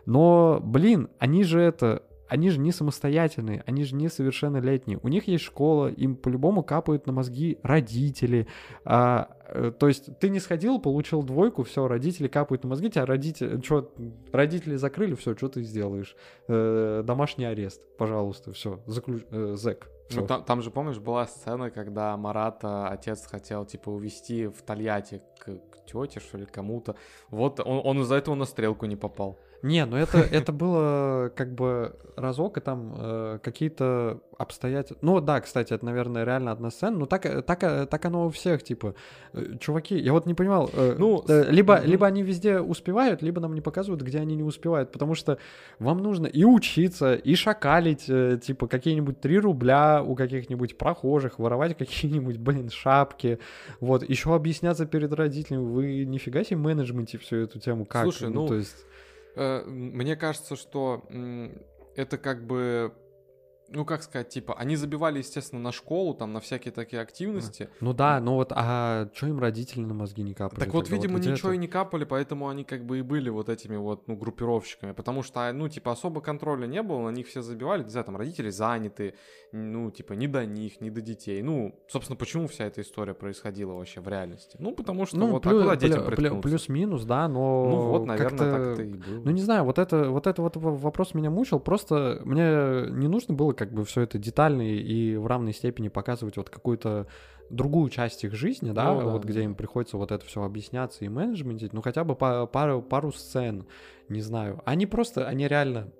B: но, блин, они же это... Они же не самостоятельные, они же несовершеннолетние. У них есть школа, им по-любому капают на мозги родители. А, э, то есть ты не сходил, получил двойку, все, родители капают на мозги, тебя родители, что, родители закрыли, все, что ты сделаешь? Э, домашний арест, пожалуйста, все, заключ... э, зэк.
A: Ну,
B: всё.
A: там, там же, помнишь, была сцена, когда Марата отец хотел, типа, увезти в Тольятти к, к тете, что ли, кому-то. Вот он, он из-за этого на стрелку не попал.
B: Не, ну это, это было как бы разок, и там э, какие-то обстоятельства... Ну да, кстати, это, наверное, реально одна сцена, но так, так, так оно у всех, типа, э, чуваки, я вот не понимал, э,
A: Ну,
B: э, либо,
A: мгм.
B: либо они везде успевают, либо нам не показывают, где они не успевают, потому что вам нужно и учиться, и шакалить, э, типа, какие-нибудь три рубля у каких-нибудь прохожих, воровать какие-нибудь, блин, шапки, вот, еще объясняться перед родителями, вы нифига себе менеджменте всю эту тему, как?
A: Слушай, ну,
B: то есть...
A: Э, Мне кажется, что м, это как бы, ну как сказать, типа, они забивали, естественно, на школу, там, на всякие такие активности.
B: Ну да, ну вот, а что им родители на мозги не капали?
A: Так вот,
B: тогда?
A: видимо,
B: где
A: ничего
B: это?
A: и не капали, поэтому они как бы и были вот этими вот, ну, группировщиками, потому что, ну, типа, особо контроля не было, на них все забивали, не знаю, там, родители заняты, ну, типа, не до них, не до детей. Ну, собственно, почему вся эта история происходила вообще в реальности? Ну, потому что
B: Ну,
A: вот,
B: плюс-
A: а куда детям
B: плю- плю-
A: приткнуться?
B: плюс-минус, да, но
A: Ну вот, наверное,
B: как-то...
A: так это и было.
B: Ну, не знаю, вот это, вот это вот в- вопрос меня мучил, просто мне не нужно было как бы все это детально и в равной степени показывать вот какую-то другую часть их жизни, да,
A: Ну да,
B: вот где
A: да.
B: им приходится вот это все объясняться и менеджментить, ну, хотя бы па- пару, пару сцен, не знаю. Они просто, они реально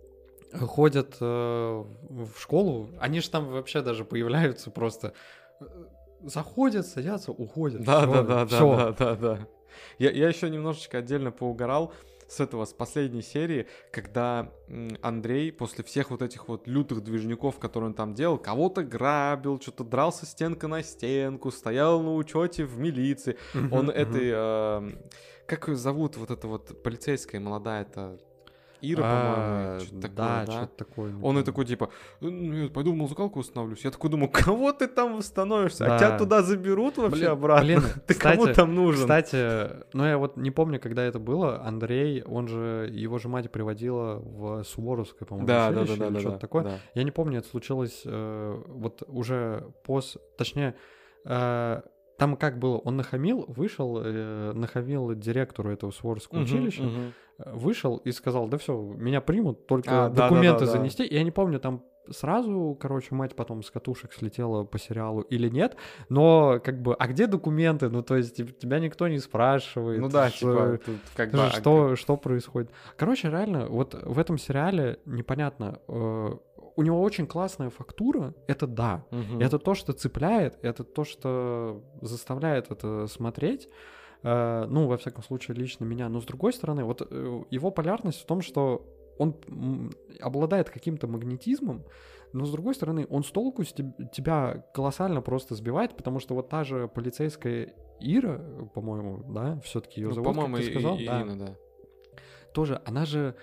B: ходят э, в школу, они же там вообще даже появляются просто, э, заходят, садятся, уходят.
A: Да,
B: всё,
A: да, да,
B: всё.
A: да, да, да, да. Я, я еще немножечко отдельно поугарал с этого, с последней серии, когда м, Андрей после всех вот этих вот лютых движников, которые он там делал, кого-то грабил, что-то дрался стенка на стенку, стоял на учете в милиции.
B: Мгм,
A: Он
B: мгм.
A: этой, э, как ее зовут, вот эта вот полицейская молодая-то, Ира,
B: А,
A: по-моему, что-то
B: да,
A: такое, да?
B: что-то такое. не
A: Он и
B: помню.
A: такой, типа, «Ну, я пойду в музыкалку установлюсь. Я такой думаю, кого ты там восстановишься?
B: Да.
A: А тебя туда заберут вообще
B: Блин,
A: обратно?
B: блин,
A: Ты кому
B: кстати-
A: там нужен?
B: Кстати, ну я вот не помню, когда это было. Андрей, он же, его же мать приводила в Суворовское, по-моему,
A: Да, да, да,
B: училище
A: да,
B: или
A: да,
B: что-то
A: да,
B: такое.
A: да.
B: Я не помню, это случилось э, вот уже пос... Точнее, э, там как было, он нахамил, вышел, э, нахамил директору этого Суворовского
A: Мгм,
B: училища,
A: мгм.
B: э, вышел и сказал, да все, меня примут, только
A: А, да,
B: документы
A: да, да, да.
B: занести. Я не помню, там сразу, короче, мать потом с катушек слетела по сериалу или нет, но как бы, а где документы? Ну, то есть типа, тебя никто не спрашивает.
A: Ну да,
B: что-
A: типа, тут как
B: ты
A: бы...
B: же
A: а
B: что, что происходит? Короче, реально, вот в этом сериале непонятно, э, у него очень классная фактура, это да.
A: Мгм.
B: Это то, что цепляет, это то, что заставляет это смотреть. Э, ну, во всяком случае, лично меня. Но с другой стороны, вот э, его полярность в том, что он м, обладает каким-то магнетизмом, но с другой стороны, он с толку с теб- тебя колоссально просто сбивает, потому что вот та же полицейская Ира, по-моему, да, все-таки ее
A: Ну,
B: зовут,
A: по-моему,
B: как ты
A: и-
B: сказал,
A: и-
B: да,
A: Ирина, да.
B: тоже, она же,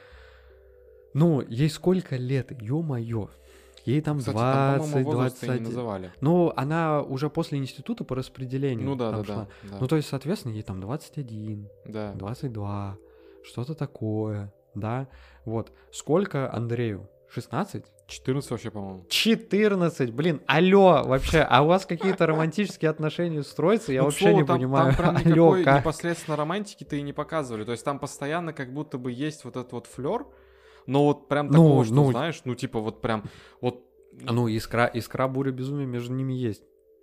B: ну, ей сколько лет, ё-моё, ей там
A: Кстати, там, по-моему,
B: двадцать,
A: возраст и не
B: двадцать один.
A: называли.
B: Ну, она уже после института по распределению
A: Ну да,
B: там
A: да,
B: шла.
A: да, да.
B: Ну, то есть, соответственно, ей там двадцать один,
A: Да.
B: двадцать два, что-то такое, да. Вот. Сколько Андрею? шестнадцать?
A: четырнадцать вообще, по-моему.
B: четырнадцать, блин, алло, вообще, а у вас какие-то романтические отношения строятся? Я
A: Ну, к
B: вообще
A: слову,
B: не
A: там,
B: понимаю.
A: Там прям
B: Алло,
A: никакой
B: как?
A: непосредственно романтики-то и не показывали. То есть там постоянно как будто бы есть вот этот вот флер, но вот прям
B: Ну,
A: такого, что,
B: ну.
A: знаешь, ну типа вот прям вот...
B: Ну, искра, искра, буря, безумия между ними есть.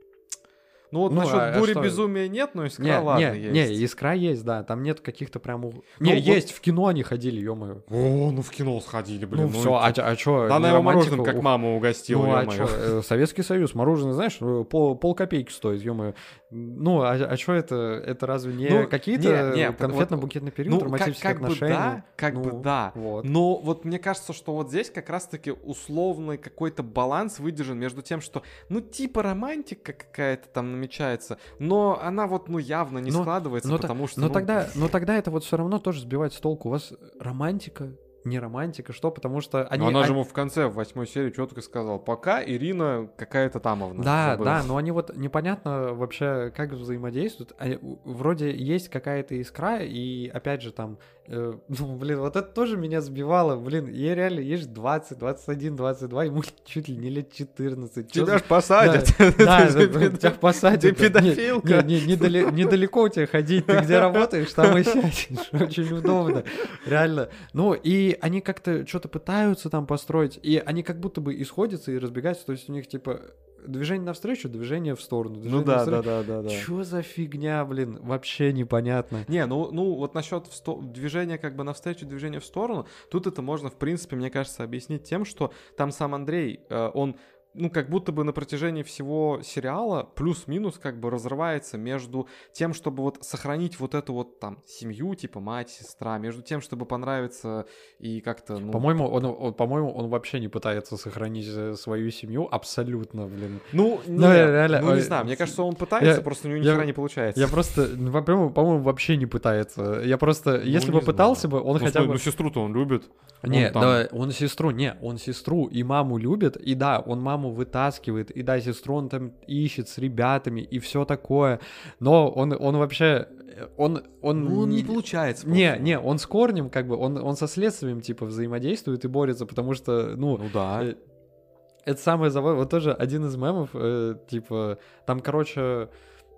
A: Ну вот
B: Ну,
A: насчет
B: а- а
A: бури
B: что?
A: безумия нет, но искра,
B: Не,
A: ладно,
B: не,
A: есть.
B: не, искра есть, да, там нет каких-то прям... у-
A: Ну,
B: Не,
A: вот-
B: есть, в кино они ходили, ё-моё.
A: О, ну в кино сходили, блин.
B: Ну, все, а,
A: и-
B: а чё?
A: Да она
B: не
A: его
B: романтика?
A: мороженым как
B: Ух,
A: маму угостила,
B: Ну, а
A: ё-моё.
B: чё, э, Советский Союз, мороженое, знаешь, э, пол, пол копейки стоит, ё-моё. Ну, а, а чё это? Это разве не
A: Ну,
B: какие-то
A: не, не,
B: конфетно-букетный период,
A: Ну, как,
B: романтические
A: как бы
B: отношения?
A: да, как
B: Ну,
A: бы да.
B: Вот.
A: Но вот мне кажется, что вот здесь как раз-таки условный какой-то баланс выдержан между тем, что, ну, типа романтика какая-то там намечается, но она вот, ну, явно не
B: Но-
A: складывается,
B: но та-
A: потому что...
B: Но
A: ну,
B: тогда, но тогда это вот все равно тоже сбивает с толку. У вас романтика, не романтика, что? Потому что они...
A: ну, она же
B: они-
A: ему в конце, в восьмой серии четко сказала, пока Ирина какая-то тамовна.
B: Да,
A: забыл.
B: да, но они вот непонятно вообще, как взаимодействуют. Они- у- вроде есть какая-то искра, и опять же там, э, ну, блин, вот это тоже меня сбивало. Блин, ей реально есть двадцать, двадцать один, двадцать два, ему чуть ли не лет четырнадцать. Чё
A: Тебя
B: за-
A: ж посадят.
B: Да,
A: Ты
B: да,
A: же
B: да, тебя посадят.
A: ты
B: да. Не-
A: педофилка.
B: не- не- недали- Недалеко у тебя ходить, ты где работаешь, там и сядешь. Очень удобно, реально. Ну, и они как-то что-то пытаются там построить, и они как будто бы исходятся и разбегаются, то есть у них типа движение навстречу, движение в сторону.
A: Ну
B: движение
A: да,
B: навстречу.
A: да, да, да, да.
B: Чё за фигня, блин, вообще непонятно.
A: Не, ну, ну вот насчет движения как бы навстречу, движения в сторону, тут это можно, в принципе, мне кажется, объяснить тем, что там сам Андрей, э, он, ну, как будто бы на протяжении всего сериала плюс-минус как бы разрывается между тем, чтобы вот сохранить вот эту вот там семью, типа мать, сестра, между тем, чтобы понравиться и как-то, ну...
B: По-моему, он, он- по-моему, он вообще не пытается сохранить э, свою семью абсолютно, блин.
A: Ну, не,
B: Ну, реально,
A: ну, не
B: ой,
A: знаю, мне кажется, он пытается,
B: я-
A: просто у него ни
B: я-
A: хера не получается.
B: Я просто, ну, по-моему, по-моему, вообще не пытается. Я просто, если
A: Ну,
B: бы
A: не
B: пытался
A: знаю.
B: бы, он
A: Ну,
B: хотя
A: стой,
B: бы...
A: ну, сестру-то он любит.
B: Не,
A: Он там-
B: да, он сестру, не, он сестру и маму любит, и да, он маму вытаскивает, и да, сестру он там ищет с ребятами, и все такое, но он, он вообще, он, он...
A: Ну, он не
B: не-
A: получается.
B: Не,
A: просто.
B: не, он с корнем, как бы, он, он со следствием, типа, взаимодействует и борется, потому что, ну,
A: Ну да.
B: э, это самое забавное, вот тоже один из мемов, э, типа, там, короче,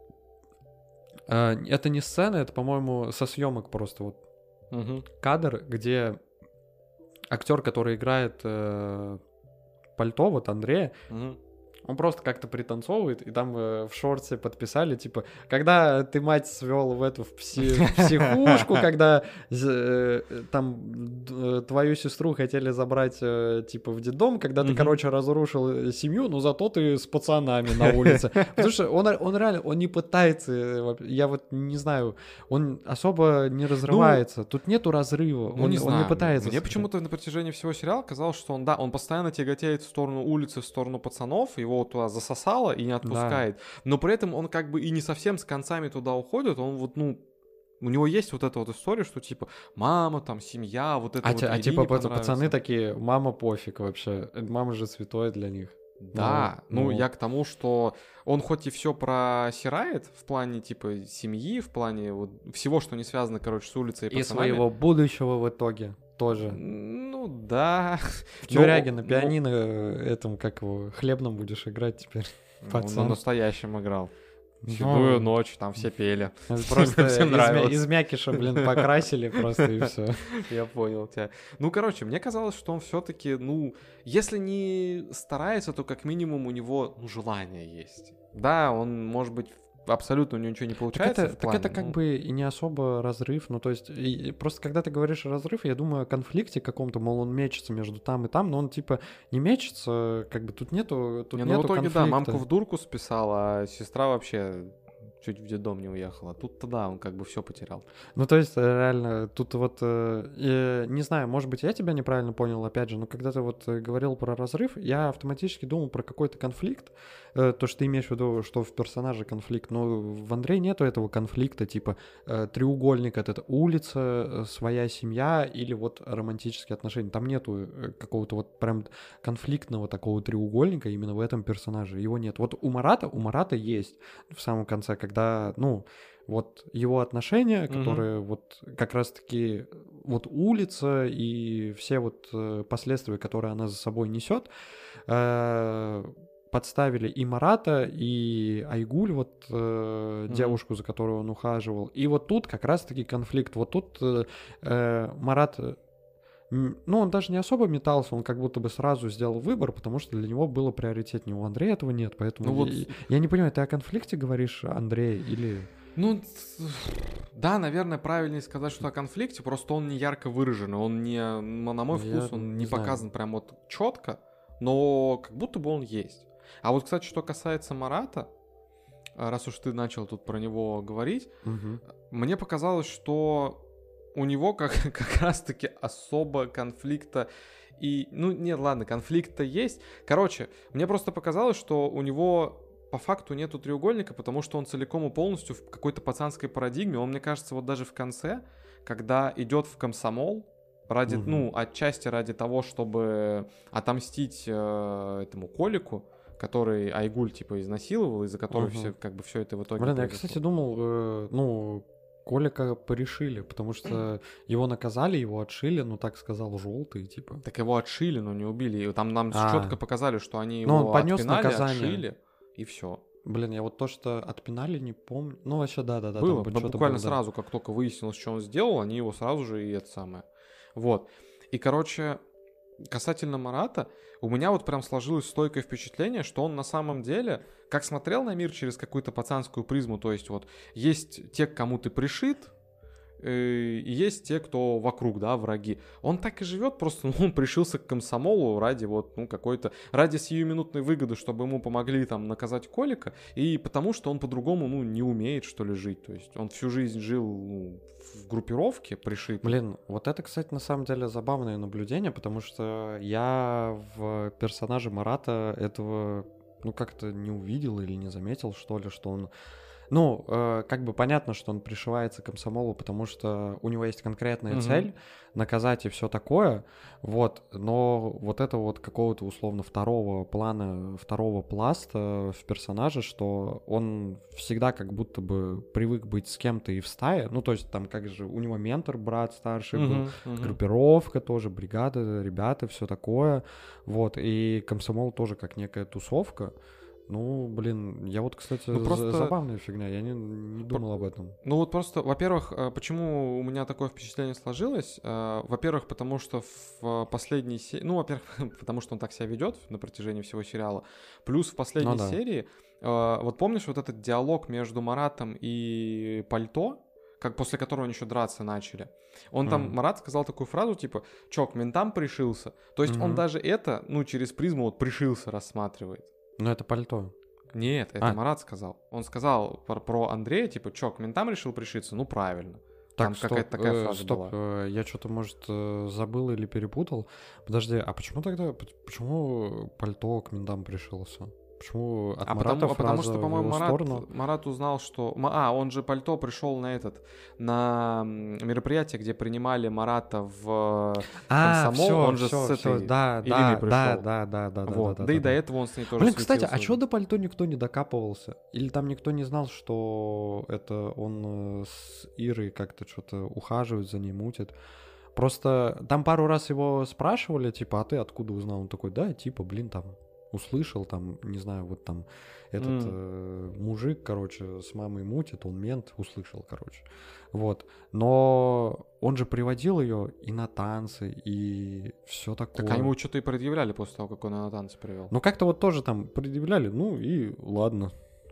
B: э, это не сцена, это, по-моему, со съемок просто вот
A: Мгм.
B: кадр, где актер, который играет э, Пальто, вот Андрея,
A: Мгм.
B: он просто как-то пританцовывает, и там э, в шорте подписали, типа, когда ты мать свел в эту в пси- в психушку, когда з- э, там д- э, твою сестру хотели забрать, э, типа, в детдом, когда ты,
A: Мгм.
B: короче, разрушил э, семью, но зато ты с пацанами на улице. Потому что он, он реально, он не пытается, э, воп- я вот не знаю, он особо не разрывается, тут нету разрыва,
A: Ну,
B: он,
A: не
B: он
A: знаю.
B: не пытается.
A: Мне
B: сыграть.
A: почему-то на протяжении всего сериала казалось, что он, да, он постоянно тяготеет в сторону улицы, в сторону пацанов, его туда засосало и не отпускает. Но при этом он как бы и не совсем с концами туда уходит, он вот, ну, у него есть вот эта вот история, что типа мама, там, семья, вот это
B: А,
A: вот
B: те- а
A: Ирине
B: типа пац-
A: понравится.
B: пацаны такие, мама пофиг вообще, э, мама же святой для них.
A: Да,
B: Ну,
A: ну,
B: ну.
A: я к тому, что он хоть и все просирает в плане, типа, семьи, в плане вот всего, что не связано, короче, с улицей и
B: И
A: пацанами.
B: своего будущего в итоге тоже.
A: Ну, да.
B: В тюряге
A: Ну,
B: на
A: ну,
B: пианино э, этом, как его, хлебном будешь играть теперь.
A: Он
B: Пацан.
A: на настоящем играл.
B: Ну,
A: Седую ночь, там все пели.
B: Просто
A: Всем
B: из, мя-
A: нравилось.
B: из мякиша, блин, покрасили просто и все.
A: Я понял тебя. Ну, короче, мне казалось, что он все-таки, ну, если не старается, то как минимум у него, ну, желание есть. Да, он, может быть, абсолютно у него ничего не получается.
B: Так это,
A: в плане,
B: так это как
A: ну...
B: бы и не особо разрыв, ну то есть и, и просто когда ты говоришь разрыв, я думаю о конфликте каком-то, мол, он мечется между там и там, но он типа не мечется, как бы тут нету, тут
A: не,
B: нету
A: ну в итоге,
B: конфликта.
A: да, мамку в дурку списала, а сестра вообще чуть в детдом не уехала. Тут-то да, он как бы все потерял.
B: Ну, то есть, реально, тут вот, э, э, не знаю, может быть, я тебя неправильно понял, опять же, но когда ты вот говорил про разрыв, я автоматически думал про какой-то конфликт, э, то, что ты имеешь в виду, что в персонаже конфликт, но в Андрее нету этого конфликта, типа э, треугольник, это улица, э, своя семья или вот романтические отношения, там нету какого-то вот прям конфликтного такого треугольника именно в этом персонаже, его нет. Вот у Марата, у Марата есть в самом конце, когда, ну, вот его отношения, mm-hmm. которые вот как раз-таки вот улица и все вот последствия, которые она за собой несет, э, подставили и Марата, и Айгуль, вот э, mm-hmm. девушку, за которую он ухаживал. И вот тут как раз-таки конфликт. Вот тут э, Марат... Ну, он даже не особо метался, он как будто бы сразу сделал выбор, потому что для него было приоритетнее. У Андрея этого нет, поэтому... Ну, я, вот... я не понимаю, ты о конфликте говоришь, Андрей, или...
A: Ну, да, наверное, правильнее сказать, что о конфликте, просто он не ярко выраженный, он не, на мой вкус, я он не, не показан прям вот четко, но как будто бы он есть. А вот, кстати, что касается Марата, раз уж ты начал тут про него говорить, угу. мне показалось, что у него как, как раз-таки особо конфликта и... Ну, нет, ладно, конфликт-то есть. Короче, мне просто показалось, что у него по факту нету треугольника, потому что он целиком и полностью в какой-то пацанской парадигме. Он, мне кажется, вот даже в конце, когда идет в комсомол, ради, угу. ну, отчасти ради того, чтобы отомстить э, этому Колику, который Айгуль, типа, изнасиловал, из-за которого угу. все, как бы, все это в итоге...
B: Блин, произошло. Я, кстати, думал, э, ну... Колика порешили, потому что его наказали, его отшили, ну так сказал, желтый, типа.
A: Так его отшили, но не убили. Там нам а. четко показали, что они его
B: ну, он понес
A: отпинали,
B: наказание.
A: отшили, и все.
B: Блин, я вот то, что отпинали, не помню. Ну, вообще, да-да-да.
A: Было, да, буквально
B: было,
A: сразу,
B: да.
A: как только выяснилось, что он сделал, они его сразу же и это самое. Вот. И, короче, касательно Марата, у меня вот прям сложилось стойкое впечатление, что он на самом деле, как смотрел на мир через какую-то пацанскую призму, то есть вот есть те, к кому ты пришит, и есть те, кто вокруг, да, враги. Он так и живет, просто ну, он пришился к комсомолу ради вот, ну, какой-то, ради сиюминутной выгоды, чтобы ему помогли там наказать Колика, и потому что он по-другому, ну, не умеет, что ли, жить. То есть он всю жизнь жил ну, в группировке пришит.
B: Блин, вот это, кстати, на самом деле забавное наблюдение, потому что я в персонаже Марата этого, ну, как-то не увидел или не заметил, что ли, что он... Ну, э, как бы понятно, что он пришивается к комсомолу, потому что у него есть конкретная mm-hmm. цель наказать и все такое, вот, но вот это вот какого-то условно второго плана, второго пласта в персонаже, что он всегда как будто бы привык быть с кем-то и в стае, ну, то есть там как же у него ментор, брат старший mm-hmm. был, mm-hmm. группировка тоже, бригада, ребята, все такое, вот, и комсомол тоже как некая тусовка. Ну, блин, я вот, кстати, ну, просто... забавная фигня, я не, не думал об этом.
A: Ну вот просто, во-первых, почему у меня такое впечатление сложилось? Во-первых, потому что в последней серии... Ну, во-первых, потому что он так себя ведет на протяжении всего сериала. Плюс в последней ну, да. серии... Вот помнишь вот этот диалог между Маратом и Пальто, как после которого они еще драться начали? Он mm-hmm. там, Марат сказал такую фразу, типа, чё, к ментам пришился? То есть mm-hmm. он даже это, ну, через призму вот пришился рассматривает.
B: Ну, это Пальто.
A: Нет, это а. Марат сказал. Он сказал про, про Андрея, типа, чё, к ментам решил пришиться? Ну, правильно.
B: Так,
A: Там
B: стоп,
A: какая-то такая
B: э,
A: фраза
B: стоп,
A: была.
B: Э, я что-то, может, э, забыл или перепутал. Подожди, а почему тогда, почему Пальто к ментам пришился? Почему от
A: а
B: Марата
A: потому,
B: фраза
A: потому что, по-моему, Марат,
B: сторону?
A: Марат узнал, что... А, он же Пальто пришел на этот... На мероприятие, где принимали Марата в
B: а,
A: комсомол.
B: Все,
A: он же
B: все,
A: с этой
B: все, да,
A: Ириной
B: да,
A: пришел.
B: Да, да, да, да,
A: вот.
B: да,
A: да, да. И
B: да,
A: до
B: да.
A: этого он с ней тоже
B: Блин, кстати, а
A: светился.
B: что до Пальто никто не докапывался? Или там никто не знал, что это он с Ирой как-то что-то ухаживает за ней, мутит? Просто там пару раз его спрашивали, типа, а ты откуда узнал? Он такой, да, типа, блин, там... услышал, там, не знаю, вот там этот mm. э, мужик, короче, с мамой мутит, он мент, услышал, короче. Вот. Но он же приводил ее и на танцы, и все такое.
A: Так они ему что-то и предъявляли после того, как он ее на танцы привел.
B: Ну, как-то вот тоже там предъявляли, ну и ладно.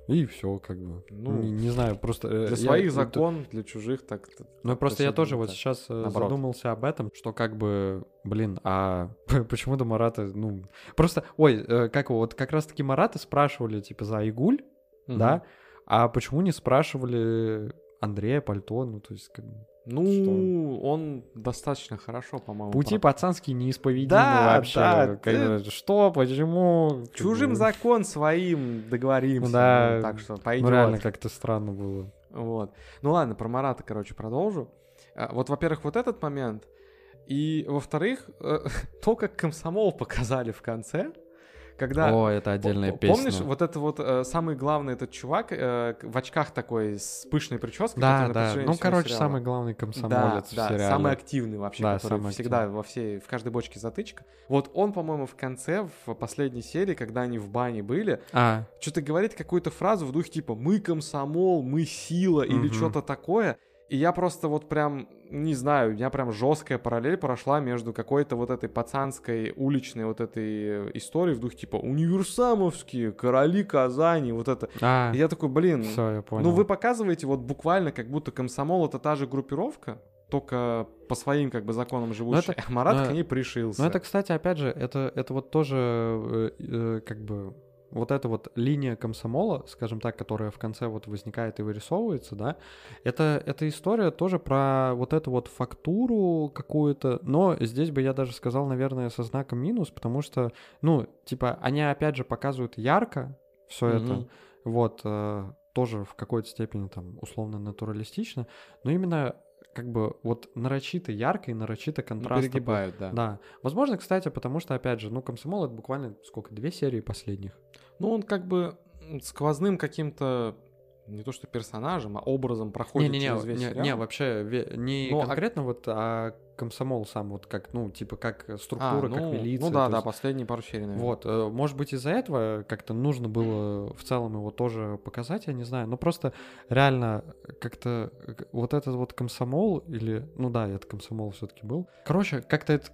B: И все, как бы.
A: Ну,
B: не, не знаю, просто...
A: Для
B: я,
A: своих
B: это,
A: закон, для чужих так...
B: Ну, просто я тоже вот
A: так.
B: сейчас
A: Наоборот.
B: задумался об этом, что как бы, блин, а почему-то Марата, ну... Просто, ой, как его, вот как раз-таки Марата спрашивали, типа, за Айгуль, угу. да, а почему не спрашивали Андрея Пальто, ну, то есть, как бы...
A: Ну, что? Он достаточно хорошо, по-моему.
B: Пути
A: про...
B: пацанские неисповедимы да, вообще.
A: Да,
B: ты... Что, почему?
A: Чужим
B: как...
A: закон, своим договоримся.
B: Да,
A: ну, так что пойдет.
B: Ну, реально как-то странно было.
A: Вот. Ну ладно, про Марата, короче, продолжу. Вот, во-первых, вот этот момент. И, во-вторых, то, как комсомол показали в конце. Когда...
B: О, это отдельная песня.
A: Помнишь, вот это вот э, самый главный этот чувак э, в очках такой с пышной прической?
B: Да, да, ну, короче, сериала. Самый главный комсомолец
A: да,
B: в сериале.
A: Да, самый активный вообще,
B: да,
A: который
B: самый
A: всегда
B: активный.
A: во всей, в каждой бочке затычка. Вот он, по-моему, в конце, в последней серии, когда они в бане были,
B: а.
A: что-то говорит какую-то фразу в духе типа «мы комсомол, мы сила» или угу. что-то такое. И я просто вот прям, не знаю, у меня прям жесткая параллель прошла между какой-то вот этой пацанской уличной вот этой историей в духе типа универсамовские, короли Казани, вот это.
B: А,
A: и я такой, блин,
B: всё, я понял.
A: ну вы показываете вот буквально как будто комсомол это та же группировка, только по своим как бы законам живущая, а Марат но, к ней пришился.
B: Ну это, кстати, опять же, это, это вот тоже э, э, как бы... Вот эта вот линия комсомола, скажем так, которая в конце вот возникает и вырисовывается, да, это, эта история тоже про вот эту вот фактуру какую-то, но здесь бы я даже сказал, наверное, со знаком минус, потому что, ну, типа, они опять же показывают ярко все mm-hmm. это, вот, э, тоже в какой-то степени там условно натуралистично, но именно как бы вот нарочито ярко и нарочито контрастно.
A: Ну, перегибают, да.
B: Да. Возможно, кстати, потому что, опять же, ну, комсомол — это буквально сколько, две серии последних?
A: Ну, он как бы сквозным каким-то, не то что персонажем, а образом проходит
B: не, не,
A: через
B: не,
A: весь
B: не,
A: сериал.
B: Не, вообще, не
A: Но,
B: конкретно а... вот, а комсомол сам, вот как, ну, типа, как структура,
A: а, ну,
B: как милиция.
A: Ну да, да,
B: есть...
A: последние пару серий, наверное.
B: Вот, может быть, из-за этого как-то нужно было в целом его тоже показать, я не знаю, но просто реально как-то вот этот вот комсомол, или, ну да, это комсомол все-таки был, короче, как-то это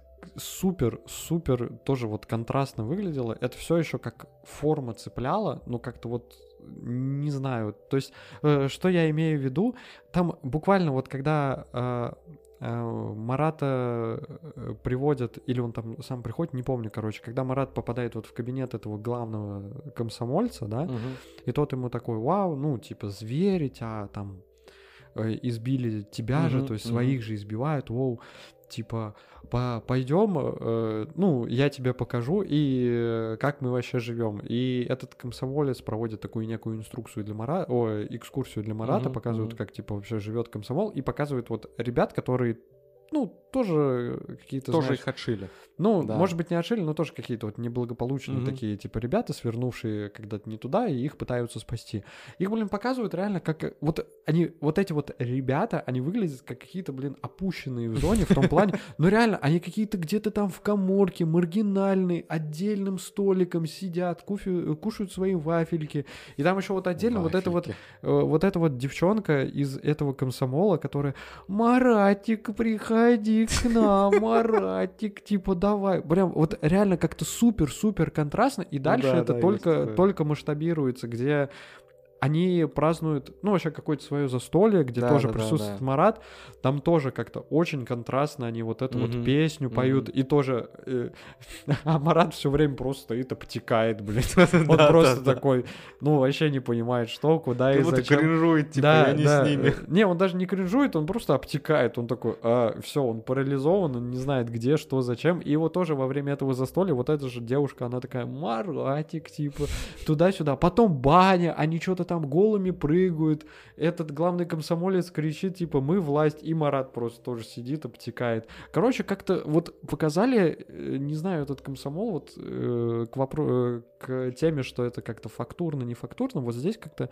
B: супер-супер тоже вот контрастно выглядело, это все еще как форма цепляло, ну как-то вот не знаю, то есть э, что я имею в виду, там буквально вот когда э, э, Марата приводят, или он там сам приходит, не помню, короче, когда Марат попадает вот в кабинет этого главного комсомольца, да, угу. и тот ему такой, вау, ну типа зверь, тебя там э, избили тебя угу, же, то есть угу. своих же избивают, воу, типа, по пойдем, э, ну, я тебе покажу, и э, как мы вообще живем. И этот комсомолец проводит такую некую инструкцию для Марата, о, экскурсию для Марата, uh-huh, показывает, uh-huh. как, типа, вообще живет комсомол, и показывает вот ребят, которые, ну, тоже какие-то,
A: Тоже
B: знаешь,
A: их отшили.
B: Ну,
A: да.
B: может быть, не отшили, но тоже какие-то вот неблагополучные uh-huh. такие, типа, ребята, свернувшие когда-то не туда, и их пытаются спасти. Их, блин, показывают реально, как вот они, вот эти вот ребята, они выглядят как какие-то, блин, опущенные в зоне в том плане, но реально, они какие-то где-то там в каморке, маргинальные, отдельным столиком сидят, куфи, кушают свои вафельки, и там еще вот отдельно вот эта вот, вот эта вот девчонка из этого комсомола, которая: «Маратик, приходи к нам, Маратик, типа, давай». Прям вот реально как-то супер-супер контрастно, и дальше ну, да, это да, только, только масштабируется, где они празднуют, ну, вообще какое-то свое застолье, где да, тоже да, присутствует да, да. Марат, там тоже как-то очень контрастно они вот эту mm-hmm. вот песню mm-hmm. поют, и тоже, э, а Марат все время просто стоит, обтекает, блин, он просто такой, ну, вообще не понимает, что, куда и зачем.
A: Кринжует, типа, я не с ними.
B: Не, он даже не кринжует, он просто обтекает, он такой, все, он парализован, он не знает где, что, зачем, и вот тоже во время этого застолья вот эта же девушка, она такая: «Маратик», типа, туда-сюда, потом баня, они что-то там голыми прыгают, этот главный комсомолец кричит, типа, мы власть, и Марат просто тоже сидит, обтекает. Короче, как-то вот показали, не знаю, этот комсомол вот э, к, вопро- э, к теме, что это как-то фактурно, не фактурно, вот здесь как-то,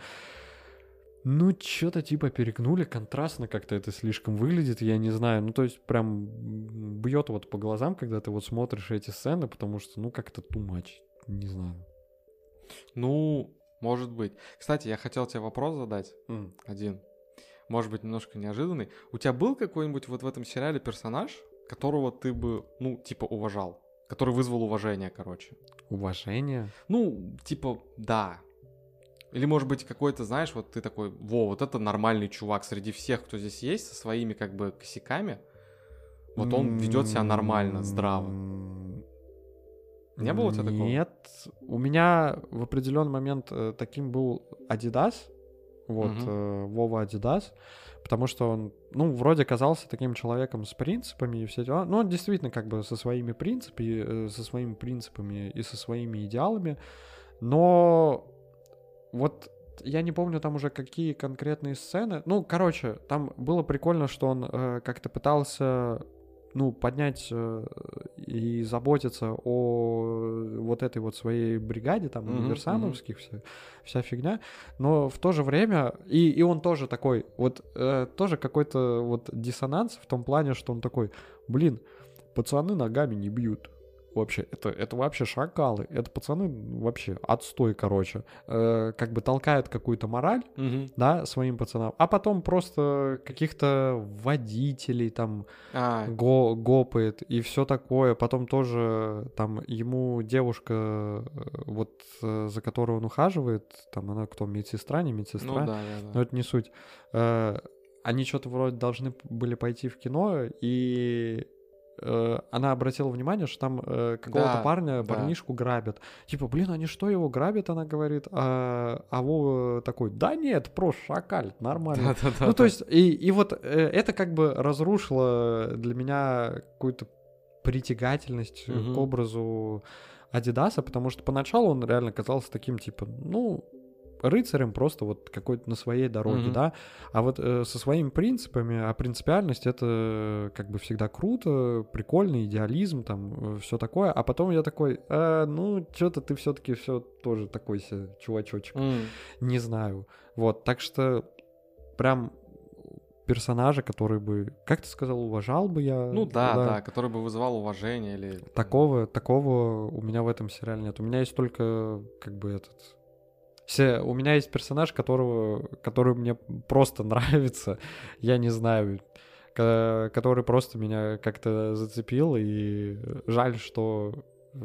B: ну, что-то типа перегнули, контрастно как-то это слишком выглядит, я не знаю, ну, то есть прям бьет вот по глазам, когда ты вот смотришь эти сцены, потому что, ну, как-то too much, не знаю.
A: Ну... Может быть. Кстати, я хотел тебе вопрос задать.
B: Mm.
A: Один. Может быть, немножко неожиданный. У тебя был какой-нибудь вот в этом сериале персонаж, которого ты бы, ну, типа, уважал? Который вызвал уважение, короче.
B: Уважение?
A: Ну, типа, да. Или, может быть, какой-то, знаешь, вот ты такой, во, вот это нормальный чувак среди всех, кто здесь есть, со своими как бы косяками. Вот он ведет себя нормально, здраво. Не было у тебя такого?
B: Нет. У меня в определенный момент э, таким был Adidas. Вот,
A: Мгм.
B: э, Вова Adidas. Потому что он, ну, вроде казался таким человеком с принципами и все дела. Ну, он действительно как бы со своими принципами, э, со своими принципами и со своими идеалами. Но вот я не помню там уже какие конкретные сцены. Ну, короче, там было прикольно, что он э, как-то пытался, ну, поднять э, и заботиться о вот этой вот своей бригаде, там,
A: Мгм,
B: универсамовских, вся, вся фигня. Но в то же время, и, и он тоже такой, вот э, тоже какой-то вот диссонанс в том плане, что он такой, блин, пацаны ногами не бьют. Вообще, это, это вообще шакалы. Это пацаны вообще отстой, короче. Э, как бы толкают какую-то мораль,
A: Мгм.
B: да, своим пацанам, а потом просто каких-то водителей там
A: А,
B: го- гопает и все такое. Потом тоже там ему девушка, э, вот э, за которой он ухаживает, там она кто, медсестра, не медсестра,
A: ну да, да,
B: но
A: да.
B: это не суть. Э, они что-то вроде должны были пойти в кино, и э, она обратила внимание, что там э, какого-то
A: Да,
B: парня,
A: да.
B: парнишку грабят. Типа, блин, они что, его грабят, она говорит. А, а Вова такой, да нет, просто шакалит, нормально.
A: Да-да-да.
B: Ну, то есть, и, и вот э, это как бы разрушило для меня какую-то притягательность э,
A: Мгм.
B: к образу Адидаса, потому что поначалу он реально казался таким, типа, ну, рыцарем просто вот какой-то на своей дороге,
A: Мгм.
B: да, а вот э, со своими принципами, а принципиальность — это как бы всегда круто, прикольно, идеализм, там, все такое, а потом я такой, «А, ну, что-то ты все-таки все тоже такой себе чувачочек,
A: М.
B: не знаю, вот, так что прям персонажа, который бы, как ты сказал, уважал бы я.
A: Ну да, да, который бы вызывал уважение или...
B: Такого, такого у меня в этом сериале нет. У меня есть только как бы этот... Все, у меня есть персонаж, которого, который мне просто нравится, я не знаю, ко- который просто меня как-то зацепил, и жаль, что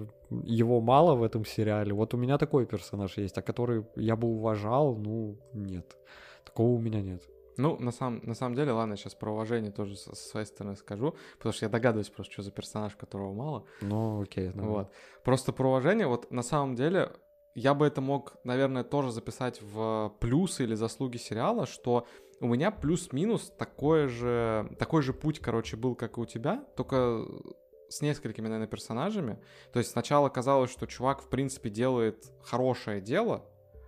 B: его мало в этом сериале. Вот у меня такой персонаж есть, а который я бы уважал, ну, нет. Такого у меня нет.
A: Ну, на самом, на самом деле, ладно, я сейчас про уважение тоже со, со своей стороны скажу, потому что я догадываюсь просто, что за персонаж, которого мало.
B: Ну, окей, давай.
A: Вот. Просто про уважение, вот на самом деле, я бы это мог, наверное, тоже записать в плюсы или заслуги сериала, что у меня плюс-минус такой же, такой же путь, короче, был, как и у тебя, только с несколькими, наверное, персонажами. То есть сначала казалось, что чувак, в принципе, делает хорошее дело,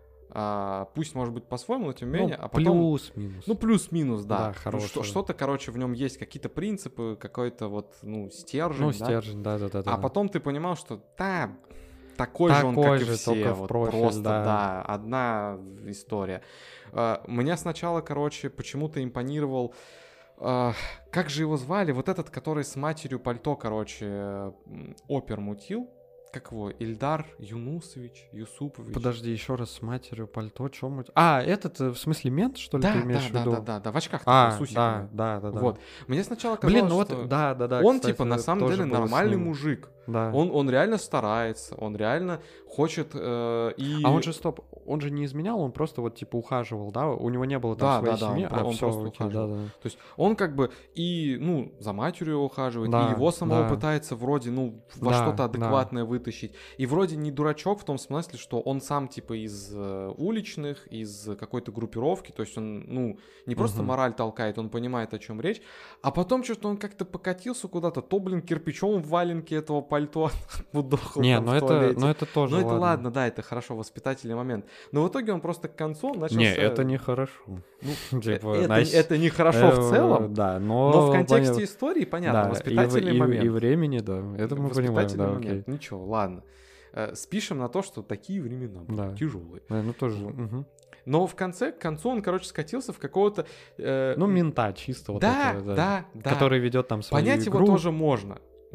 A: а, пусть, может быть, по-своему, но тем не менее,
B: ну,
A: а потом...
B: плюс-минус.
A: Ну, плюс-минус, да.
B: Да,
A: Ну,
B: хорошее.
A: что- что-то, короче, в нем есть, какие-то принципы, какой-то вот, ну, стержень,
B: Ну,
A: да?
B: стержень, да-да-да.
A: А потом ты понимал, что, да, такой, же он,
B: Такой
A: как и
B: же,
A: все.
B: только в
A: Вот
B: профиль,
A: просто,
B: да.
A: да, одна история. А, Мне сначала, короче, почему-то импонировал... а, Как же его звали? Вот этот, который с матерью пальто, короче, м, опер мутил. Как его? Ильдар Юнусович, Юсупович?
B: Подожди, еще раз с матерью пальто, чё мы... А, этот, э, в смысле, мент, что ли,
A: Да,
B: ты
A: да,
B: имеешь в
A: да,
B: виду?
A: да, да, да, в очках
B: А,
A: такой, с
B: да,
A: усиками.
B: да, да, да.
A: Вот. Мне сначала казалось,
B: Блин, ну вот,
A: что
B: да, да, да.
A: он,
B: кстати,
A: типа, на самом
B: тоже
A: деле
B: было с
A: нормальный
B: ним.
A: мужик.
B: Да.
A: Он, он реально старается, он реально хочет э, и...
B: А он же, стоп, он же не изменял, он просто вот, типа, ухаживал, да? У него не было там
A: Да,
B: своей
A: да, да,
B: семьи,
A: он про-
B: а
A: он
B: всё,
A: просто
B: окей,
A: ухаживал.
B: да, да.
A: То есть он как бы и, ну, за матерью ухаживает,
B: Да,
A: и его самого
B: да.
A: пытается вроде, ну, во
B: Да,
A: что-то
B: да.
A: адекватное вытащить. И вроде не дурачок в том смысле, что он сам, типа, из э, уличных, из какой-то группировки, то есть он, ну, не просто
B: Мгм.
A: мораль толкает, он понимает, о чем речь, а потом что-то он как-то покатился куда-то, то, блин, кирпичом в валенке этого пальто удохал
B: Не,
A: там
B: ну
A: в
B: это,
A: туалете.
B: ну это тоже
A: Ну, это
B: ладно.
A: ладно, да, это хорошо, воспитательный момент. Но в итоге он просто к концу начался...
B: Не, это нехорошо.
A: Ну,
B: Типа,
A: это,
B: Настя,
A: это нехорошо в
B: э,
A: целом,
B: Да, но...
A: но в контексте
B: поня-
A: истории, понятно,
B: да, и в-
A: воспитательный
B: и,
A: момент.
B: И времени, да, это мы понимаем,
A: Воспитательный
B: да,
A: момент.
B: окей.
A: Ничего, ладно. Э, Спишем на то, что такие времена были
B: Да.
A: тяжелые.
B: Да, ну тоже,
A: Вот.
B: мгм.
A: Но в конце, к концу он, короче, скатился в какого-то... э,
B: Ну, мента чисто вот
A: да,
B: этого,
A: да, да.
B: который ведет там свою
A: Понять
B: игру.
A: его тоже можно.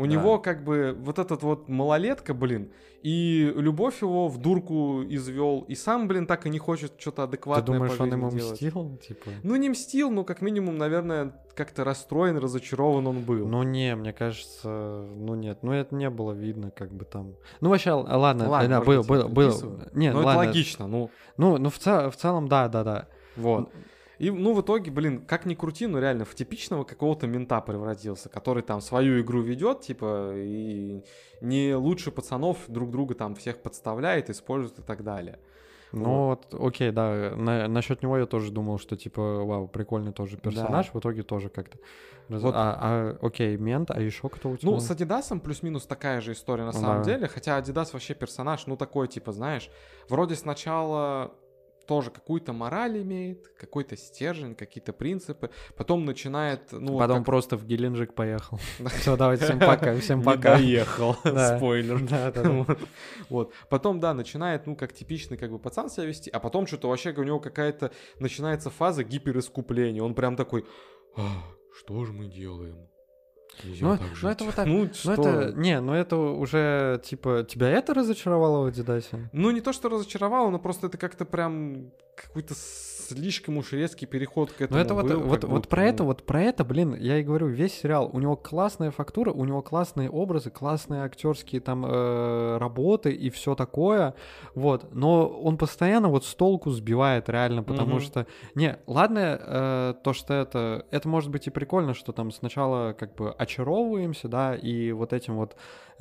A: У
B: Да.
A: него как бы вот этот вот малолетка, блин, и любовь его в дурку извел, и сам, блин, так и не хочет что-то
B: Ты
A: адекватное
B: думаешь,
A: по
B: он
A: жизни
B: ему
A: делать.
B: мстил? Типа...
A: Ну, не мстил, но как минимум, наверное, как-то расстроен, разочарован он был.
B: Ну не, мне кажется, ну нет, ну это не было видно, как бы там. Ну вообще, л- ладно,
A: Ладно,
B: да,
A: может
B: было,
A: быть, я
B: было, было.
A: приписываю.
B: Не,
A: Ну, это
B: ладно.
A: логично, ну,
B: Ну, ну в, цел- в целом, да, да, да.
A: вот. И, ну, в итоге, блин, как ни крути, но реально в типичного какого-то мента превратился, который там свою игру ведет, типа, и не лучше пацанов друг друга там всех подставляет, использует и так далее.
B: Ну вот, окей, да, на, насчет него я тоже думал, что типа, вау, прикольный тоже персонаж,
A: Да.
B: в итоге тоже как-то. раз-
A: Вот.
B: А, а, окей, мент, а еще кто у тебя?
A: Ну, с Адидасом плюс-минус такая же история на
B: Ну
A: самом
B: да.
A: деле, хотя Адидас вообще персонаж, ну, такой, типа, знаешь, вроде сначала тоже какую-то мораль имеет, какой-то стержень, какие-то принципы, потом начинает, ну, вот
B: Потом
A: как-
B: просто в Геленджик поехал. Все, давайте, всем пока, всем
A: Не
B: пока.
A: доехал,
B: Да.
A: спойлер.
B: Да, да, да.
A: Вот. Вот. Потом, да, начинает, ну, как типичный, как бы, пацан себя вести, а потом что-то вообще у него какая-то начинается фаза гиперискупления. Он прям такой, «А, что же мы делаем? Нельзя
B: Ну,
A: так
B: ну,
A: жить».
B: это вот так.
A: Ну,
B: Ну
A: что?
B: это, не, ну это уже, типа, тебя это разочаровало в Адидасе?
A: Ну, не то, что разочаровало, но просто это как-то прям какой-то слишком уж резкий переход к
B: Ну
A: этому
B: это вот,
A: был,
B: вот,
A: как
B: вот
A: будто,
B: про
A: ну.
B: это, вот про это, блин, я и говорю, весь сериал, у него классная фактура, у него классные образы, классные актерские там э, работы и все такое, вот, но он постоянно вот с толку сбивает реально, потому
A: Мгм.
B: что, не, ладно, э, то, что это, это может быть и прикольно, что там сначала как бы очаровываемся, да, и вот этим вот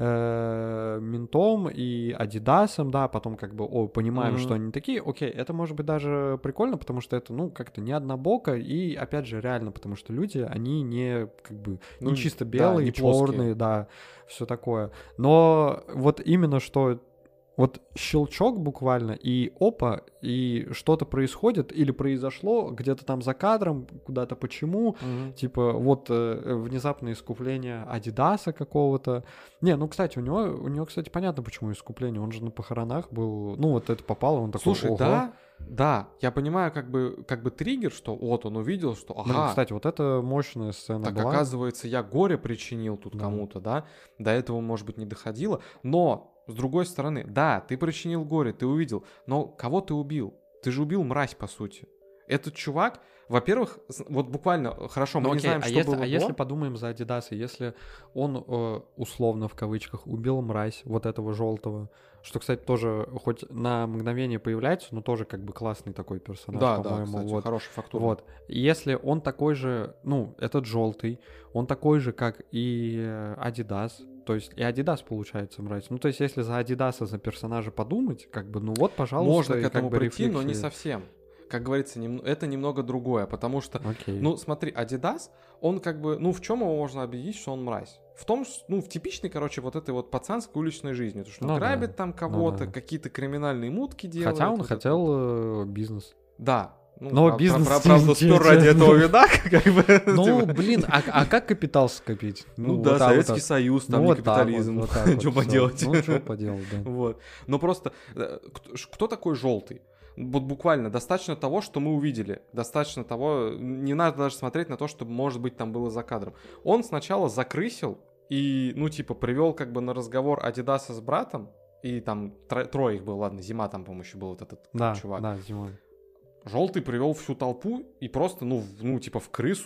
B: э, ментом и Адидасом, да, потом как бы, о, понимаем,
A: Мгм.
B: что они такие, окей, это может быть даже прикольно, потому что это, ну, как-то не однобоко, и, опять же, реально, потому что люди, они не, как бы,
A: Ну,
B: не чисто
A: да,
B: белые,
A: не плоские.
B: черные, да, все такое. Но вот именно что вот щелчок буквально, и опа, и что-то происходит, или произошло где-то там за кадром, куда-то почему,
A: Мгм.
B: типа вот э, внезапное искупление Адидаса какого-то. Не, ну, кстати, у него, у него, кстати, понятно, почему искупление. Он же на похоронах был, ну, вот это попало, он такой,
A: Слушай,
B: ого.
A: да, да, я понимаю, как бы, как бы триггер, что вот он увидел, что,
B: Ну,
A: ага,
B: кстати, вот это мощная сцена
A: так
B: была.
A: оказывается, я горе причинил тут
B: Да.
A: кому-то, да, до этого, может быть, не доходило, но, с другой стороны, да, ты причинил горе, ты увидел, но кого ты убил? Ты же убил мразь, по сути. Этот чувак, во-первых, с- вот буквально, хорошо, мы
B: Ну,
A: не
B: окей,
A: знаем,
B: а
A: что
B: если,
A: было
B: а
A: до.
B: если подумаем за Адидаса, если он э, условно в кавычках убил мразь вот этого желтого, что, кстати, тоже хоть на мгновение появляется, но тоже как бы классный такой персонаж,
A: Да, да,
B: по-моему.
A: кстати,
B: вот.
A: хорошая фактура.
B: Вот. Если он такой же, ну, этот желтый, он такой же, как и э, Адидас, то есть и Адидас получается мразь. Ну, то есть если за Адидаса, за персонажа подумать, как бы, ну вот, пожалуйста,
A: Можно
B: и
A: к этому
B: как бы
A: прийти, но не
B: рефлексии.
A: совсем. Как говорится, нем- это немного другое, потому что,
B: Окей.
A: ну, смотри, Adidas, он как бы, ну, в чем его можно объяснить, что он мразь? В том, что, ну, в типичной, короче, вот этой вот пацанской уличной жизни, то, что
B: Ну
A: он
B: да,
A: грабит там кого-то,
B: да.
A: какие-то криминальные мутки делает.
B: Хотя он
A: вот это
B: хотел
A: вот.
B: э, бизнес.
A: Да. Ну,
B: Но
A: прав-
B: бизнес
A: прав-
B: не
A: правда, спер
B: интересен.
A: ради этого вида, как бы.
B: Ну,
A: типа.
B: блин, а, а как капитал скопить?
A: Ну
B: вот
A: да,
B: так
A: Советский
B: вот.
A: Союз,
B: Ну,
A: там не
B: вот так вот,
A: капитализм.
B: вот так вот
A: Что
B: всё.
A: поделать?
B: Ну, что поделать, да.
A: Вот. Но просто, э, кто, ш- кто такой желтый? Вот буквально достаточно того, что мы увидели. Достаточно того, не надо даже смотреть на то, что, может быть, там было за кадром. Он сначала закрысил и, ну, типа, привел как бы на разговор Адидаса с братом, и там тро- трое их было, ладно, Зима там, по-моему, еще был вот этот
B: Да,
A: чувак.
B: да, зимой.
A: Желтый привел всю толпу и просто, ну, в- ну, типа, в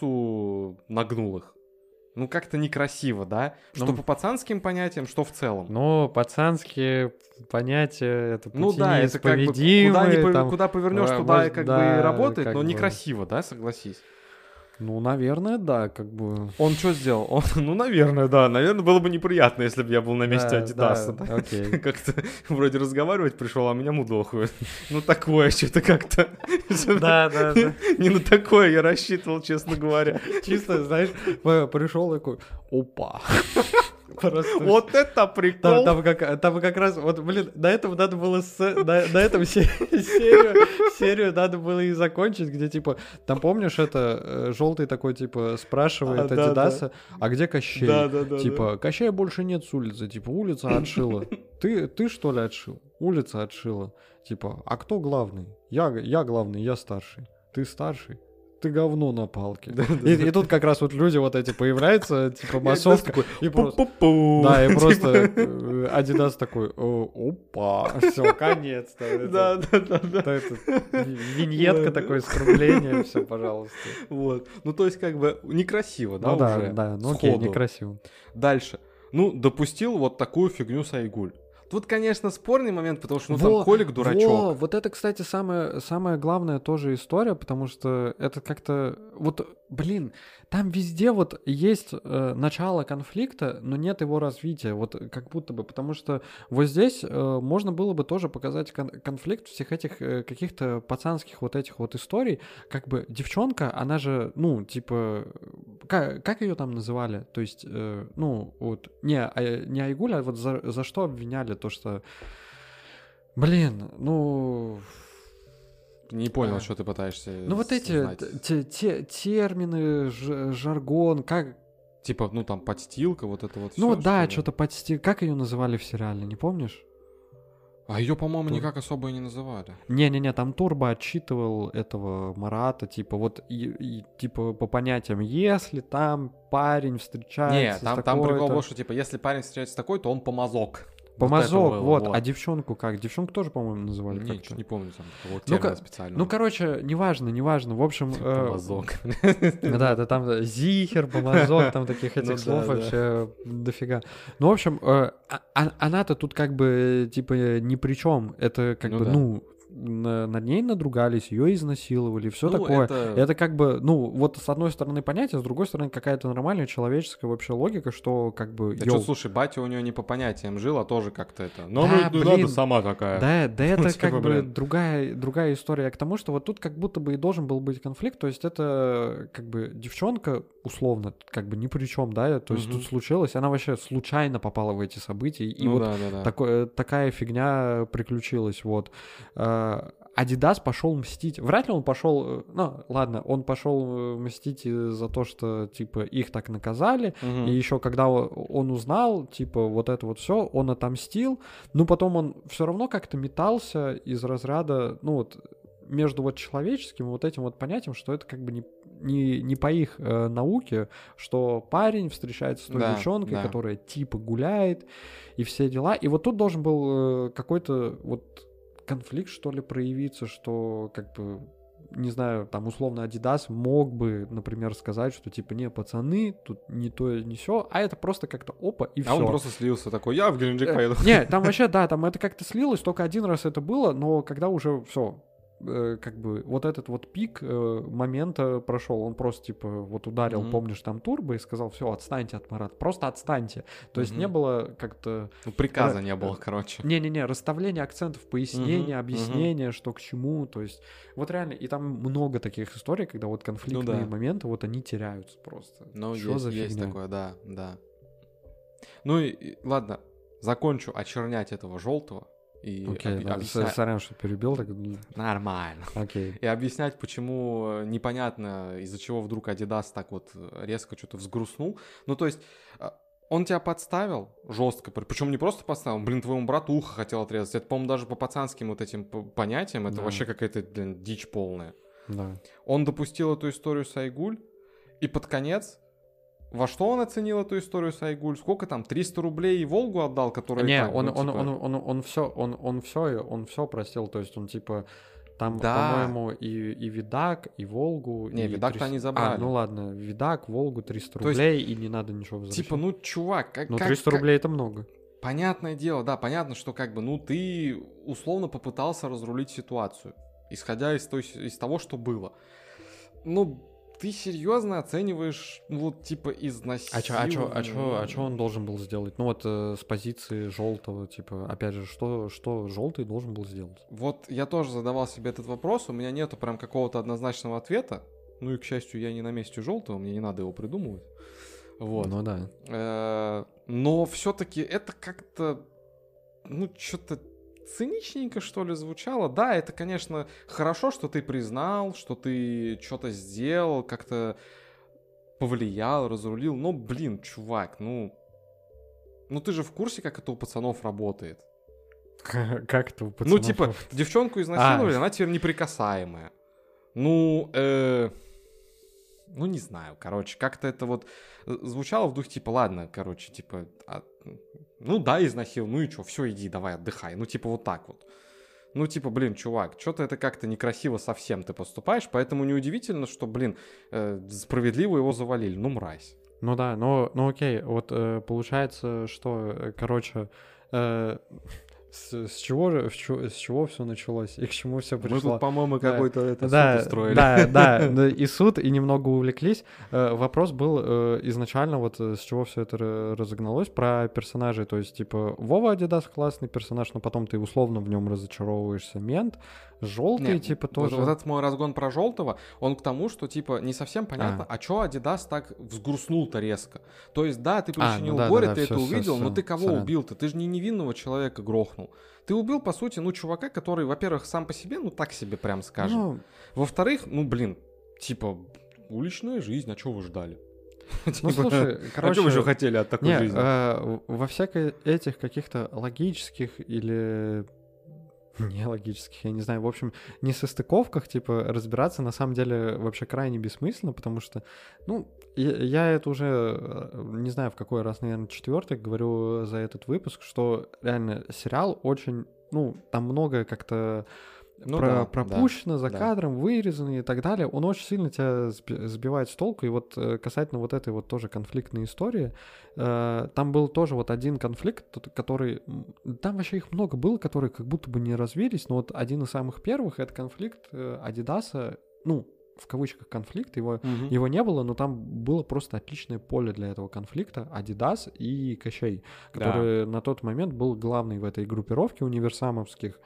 A: крысу нагнул их. Ну, как-то некрасиво, да? Что
B: Ну,
A: по пацанским понятиям, что в целом.
B: Ну, пацанские понятия, это пути
A: Ну да, это как бы
B: неисповедимые,
A: куда, не пов-
B: там,
A: куда повернешь,
B: э,
A: туда и
B: может,
A: как
B: да,
A: бы и работает,
B: как
A: но
B: бы.
A: некрасиво, да, согласись.
B: Ну, наверное, да, как бы.
A: Он что сделал? Он, ну, наверное, да. Наверное, было бы неприятно, если бы я был на месте
B: Да,
A: Адидаса.
B: да,
A: Да,
B: окей.
A: Как-то вроде разговаривать пришел, а меня мудохают. Ну, такое что-то как-то.
B: Да, да, да.
A: Не на такое я рассчитывал, честно говоря.
B: Чисто, знаешь, пришел такой, опа. Просто
A: Вот это
B: Там,
A: прикол.
B: там, как, там как раз, вот, блин, на этом надо было, сце- на, на этом се- серию, серию надо было и закончить, где, типа, там, помнишь, это, желтый такой, типа, спрашивает
A: А, да,
B: Адидаса, а где Кощей?
A: Да, да, да.
B: Типа, Кощея больше нет с улицы, типа, улица отшила. Ты, ты что ли отшил? Улица отшила. Типа, а кто главный? Я, я главный, я старший. Ты старший? ты говно на палке. И тут как раз вот люди вот эти появляются, типа массовка. И просто... Да, и просто Adidas такой, опа, все, конец-то.
A: Да, да, да, да.
B: Виньетка такое, скругление, все, пожалуйста.
A: Вот. Ну, то есть, как бы, некрасиво, да,
B: ну, да,
A: уже?
B: Да, ну окей, некрасиво.
A: Дальше. Ну, допустил вот такую фигню Сайгуль. Тут, конечно, спорный момент, потому что, ну, во, там Колик дурачок.
B: Во, вот это, кстати, самая, самая главная тоже история, потому что это как-то... Вот, блин, там везде вот есть э, начало конфликта, но нет его развития, вот как будто бы, потому что вот здесь э, можно было бы тоже показать кон- конфликт всех этих э, каких-то пацанских вот этих вот историй, как бы девчонка, она же, ну, типа, как, как ее там называли? То есть, э, ну, вот, не, а, не Айгуль, а вот за, за что обвиняли? То, что, блин, ну...
A: Не понял, а, что ты пытаешься
B: Ну вот эти те, те, термины, ж, жаргон, как...
A: Типа, ну там, подстилка, вот это вот
B: Ну
A: всё,
B: вот да,
A: что
B: что-то подстилка. Как ее называли в сериале, не помнишь?
A: А ее, по-моему, Тур... никак особо и не называли.
B: Не-не-не, там Турбо отчитывал этого Марата, типа, вот, и, и, типа, по понятиям, если там парень встречается
A: Не, там,
B: с
A: там прикол был, что, типа, если парень встречается с такой, то он помазок.
B: Помазок, вот, вот. вот. А девчонку как? Девчонку тоже, по-моему, называли
A: не,
B: как-то.
A: Не помню там такого термина ну, специально.
B: Ну, короче, неважно, неважно. В общем...
A: Помазок.
B: Да, да, там зихер, помазок, там таких этих слов вообще дофига. Ну, в общем, она-то тут как бы, типа, ни при чем. Это как бы, ну... над ней надругались, ее изнасиловали, все ну, такое. Это... это как бы, ну, вот с одной стороны понятие, с другой стороны какая-то нормальная человеческая вообще логика, что как бы...
A: Да что, слушай, батя у нее не по понятиям жил, а тоже как-то это... Ну,
B: да,
A: ну,
B: блин,
A: надо сама такая.
B: Да, да это как бы другая, другая история к тому, что вот тут как будто бы и должен был быть конфликт, то есть это как бы девчонка, условно, как бы ни при чем, да, то есть угу. тут случилось, она вообще случайно попала в эти события, и ну, вот
A: да, да, да.
B: Такое, такая фигня приключилась, вот. Adidas пошел мстить. Вряд ли он пошел... Ну, ладно, он пошел мстить за то, что, типа, их так наказали.
A: Угу.
B: И еще когда он узнал, типа, вот это вот все, он отомстил. Но потом он все равно как-то метался из разряда, ну, вот, между вот человеческим вот этим вот понятием, что это как бы не, не, не по их э, науке, что парень встречается с той
A: да,
B: девчонкой,
A: да.
B: которая типа гуляет, и все дела. И вот тут должен был э, какой-то вот конфликт, что ли, проявиться, что как бы, не знаю, там условно Adidas мог бы, например, сказать, что типа, не, пацаны, тут не то, не сё, а это просто как-то опа, и
A: а
B: все.
A: А он просто слился такой, я в Геленджик поеду.
B: Не, там вообще, да, там это как-то слилось, только один раз это было, но когда уже все, как бы вот этот вот пик э, момента прошел, он просто типа вот ударил, mm-hmm. помнишь, там Турбо и сказал, все, отстаньте от Марата, просто отстаньте. То mm-hmm. есть не было как-то...
A: Ну, приказа Р... не было, короче.
B: Не-не-не, расставление акцентов, пояснение, mm-hmm. объяснение, mm-hmm. что к чему, то есть вот реально, и там много таких историй, когда вот конфликтные ну, да. моменты, вот они теряются просто.
A: Ну, Что есть, за есть такое, да, да. Ну и, и ладно, закончу очернять этого желтого. И
B: okay,
A: об,
B: да,
A: объяснять...
B: Сорян, что перебил. Так...
A: Нормально.
B: Okay.
A: И объяснять, почему непонятно, из-за чего вдруг Adidas так вот резко что-то взгрустнул. Ну, то есть, он тебя подставил жестко, причем не просто подставил, блин, твоему брату ухо хотел отрезать. Это, по-моему, даже по пацанским вот этим понятиям, это да. вообще какая-то, блин, дичь полная.
B: Да.
A: Он допустил эту историю с Айгуль, и под конец... Во что он оценил эту историю с Айгуль? Сколько там? триста рублей и Волгу отдал, которая...
B: Не,
A: так,
B: он,
A: ну,
B: он,
A: типа...
B: он, он, он, он все, он, он все, он все простил, то есть он типа там,
A: да.
B: по-моему, и, и Видак, и Волгу...
A: Не,
B: и
A: Видак-то
B: триста...
A: они забрали.
B: А, ну ладно, Видак, Волгу, триста рублей, есть, и не надо ничего возвращать.
A: Типа, ну, чувак, как...
B: Ну,
A: как,
B: триста
A: как...
B: рублей это много.
A: Понятное дело, да, понятно, что как бы, ну, ты условно попытался разрулить ситуацию, исходя из, той, из того, что было. Ну... Ты серьезно оцениваешь, ну, вот, типа, изнасилование?
B: А чё, а чё, а чё, а чё он должен был сделать? Ну, вот э, с позиции желтого, типа, опять же, что, что желтый должен был сделать?
A: Вот я тоже задавал себе этот вопрос, у меня нету прям какого-то однозначного ответа. Ну и, к счастью, я не на месте желтого, мне не надо его придумывать. Вот.
B: Ну да.
A: Э-э- но все-таки это как-то, ну, что-то... циничненько, что ли, звучало. Да, это, конечно, хорошо, что ты признал, что ты что-то сделал, как-то повлиял, разрулил. Но, блин, чувак, ну... Ну ты же в курсе, как это у пацанов работает?
B: Как это у пацанов?
A: Ну, типа, девчонку изнасиловали, а. она теперь неприкасаемая. Ну, э... ну, не знаю, короче, как-то это вот звучало в духе, типа, ладно, короче, типа, а, ну, да, изнасиловал, ну и что, все, иди, давай, отдыхай, ну, типа, вот так вот. Ну, типа, блин, чувак, что-то это как-то некрасиво совсем ты поступаешь, поэтому неудивительно, что, блин, э, справедливо его завалили, ну, мразь.
B: Ну да, ну, ну окей, вот э, получается, что, э, короче, э, с, с чего же, с чего, с чего все началось и к чему все пришло?
A: Мы тут, по-моему,
B: да.
A: какой-то это,
B: да,
A: суд устроили.
B: Да, да, да, и суд, и немного увлеклись. Э, вопрос был э, изначально, вот с чего все это разогналось, про персонажей, то есть, типа, Вова Адидас классный персонаж, но потом ты условно в нем разочаровываешься. Мент, Желтый,
A: Нет,
B: типа,
A: вот,
B: тоже.
A: Вот этот мой разгон про Желтого, он к тому, что, типа, не совсем понятно, а, а чё Адидас так взгрустнул-то резко? То есть, да, ты причинил
B: а, ну да,
A: горе,
B: да, да,
A: ты
B: всё,
A: это
B: всё,
A: увидел,
B: всё,
A: но ты кого
B: сорян.
A: убил-то? Ты же не невинного человека грохнул. Ты убил, по сути, ну, чувака, который, во-первых, сам по себе, ну, так себе, прям скажем.
B: Ну,
A: Во-вторых, ну, блин, типа, уличная жизнь, а чё вы ждали?
B: Ну, слушай, короче...
A: А что вы еще хотели от такой
B: не,
A: жизни?
B: э, во всяких этих каких-то логических или нелогических, я не знаю, в общем, несостыковках, типа, разбираться на самом деле вообще крайне бессмысленно, потому что, ну, я, я это уже, не знаю, в какой раз, наверное, четвертый говорю за этот выпуск, что реально сериал очень, ну, там многое как-то...
A: Ну
B: про,
A: да,
B: пропущено
A: да,
B: за
A: да.
B: кадром, вырезано и так далее, он очень сильно тебя сбивает с толку. И вот касательно вот этой вот тоже конфликтной истории, э, там был тоже вот один конфликт, который... Там вообще их много было, которые как будто бы не развились, но вот один из самых первых — это конфликт Адидаса, ну, в кавычках конфликт, его,
A: Угу.
B: его не было, но там было просто отличное поле для этого конфликта. Адидас и Кощей, который
A: Да.
B: на тот момент был главный в этой группировке универсамовских.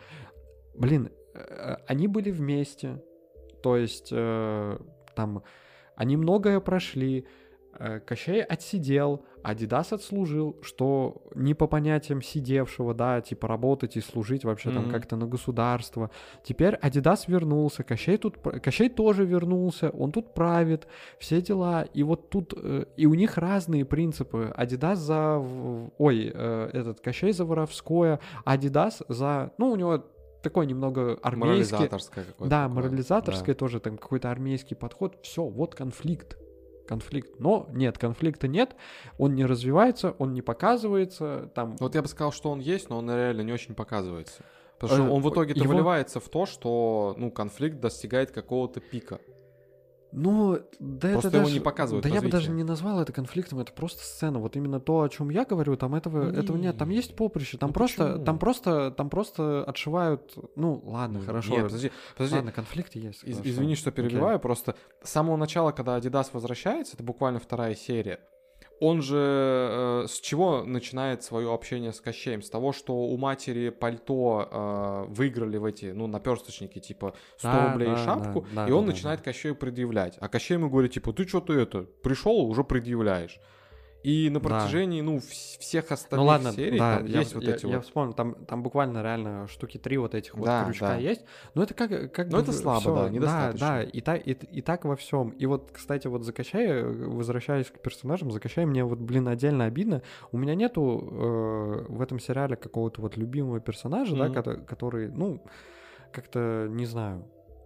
B: Блин, они были вместе, то есть э, там они многое прошли, э, Кощей отсидел, Адидас отслужил, что не по понятиям сидевшего, да, типа работать и служить вообще mm-hmm. там как-то на государство. Теперь Адидас вернулся, Кощей тут, Кощей тоже вернулся, он тут правит, все дела, и вот тут, э, и у них разные принципы. Адидас за, ой, э, этот Кощей за воровское, Адидас за, ну у него такой немного армейский.
A: Морализаторское какое-то.
B: Да,
A: такое.
B: морализаторское
A: да.
B: тоже, там какой-то армейский подход. Все, вот конфликт. Конфликт. Но нет, конфликта нет, он не развивается, он не показывается. Там...
A: Вот я бы сказал, что он есть, но он реально не очень показывается. Потому что он в итоге-то
B: Его...
A: выливается в то, что ну, конфликт достигает какого-то пика.
B: Ну, да
A: просто
B: это
A: его
B: даже,
A: не показывают.
B: Да
A: развитие.
B: Я бы даже не назвал это конфликтом, это просто сцена. Вот именно то, о чем я говорю, там этого,
A: не,
B: этого нет. Там есть поприще, там
A: ну
B: просто,
A: почему?
B: там просто, там просто отшивают. Ну, ладно,
A: ну,
B: хорошо.
A: Нет, подожди, подожди.
B: Ладно, конфликты есть.
A: Из, извини, что перебиваю. Okay. Просто с самого начала, когда Адидас возвращается, это буквально вторая серия. Он же э, с чего начинает свое общение с Кощеем? С того, что у матери пальто э, выиграли в эти, ну, наперсточники, типа сто
B: да,
A: рублей
B: да,
A: шапку,
B: да,
A: и
B: да,
A: он
B: да,
A: начинает
B: да.
A: Кощею предъявлять. А Кощей ему говорит, типа, ты что ты это, пришел, уже предъявляешь. И на протяжении, да. ну, в- всех остальных
B: ну, ладно,
A: серий
B: да,
A: там
B: я,
A: есть
B: я,
A: вот
B: я,
A: эти
B: я
A: вот...
B: вспомнил, там, там буквально реально штуки три вот этих вот
A: да,
B: крючка
A: да.
B: есть. Но это как, как
A: Но
B: бы
A: это слабо,
B: всё.
A: да, недостаточно.
B: Да, да, и так, и, и так во всем. И вот, кстати, вот за Кощея, возвращаясь к персонажам, за Кощея мне вот, блин, отдельно обидно. У меня нету э, в этом сериале какого-то вот любимого персонажа, mm-hmm. да, который, который, ну, как-то, не знаю,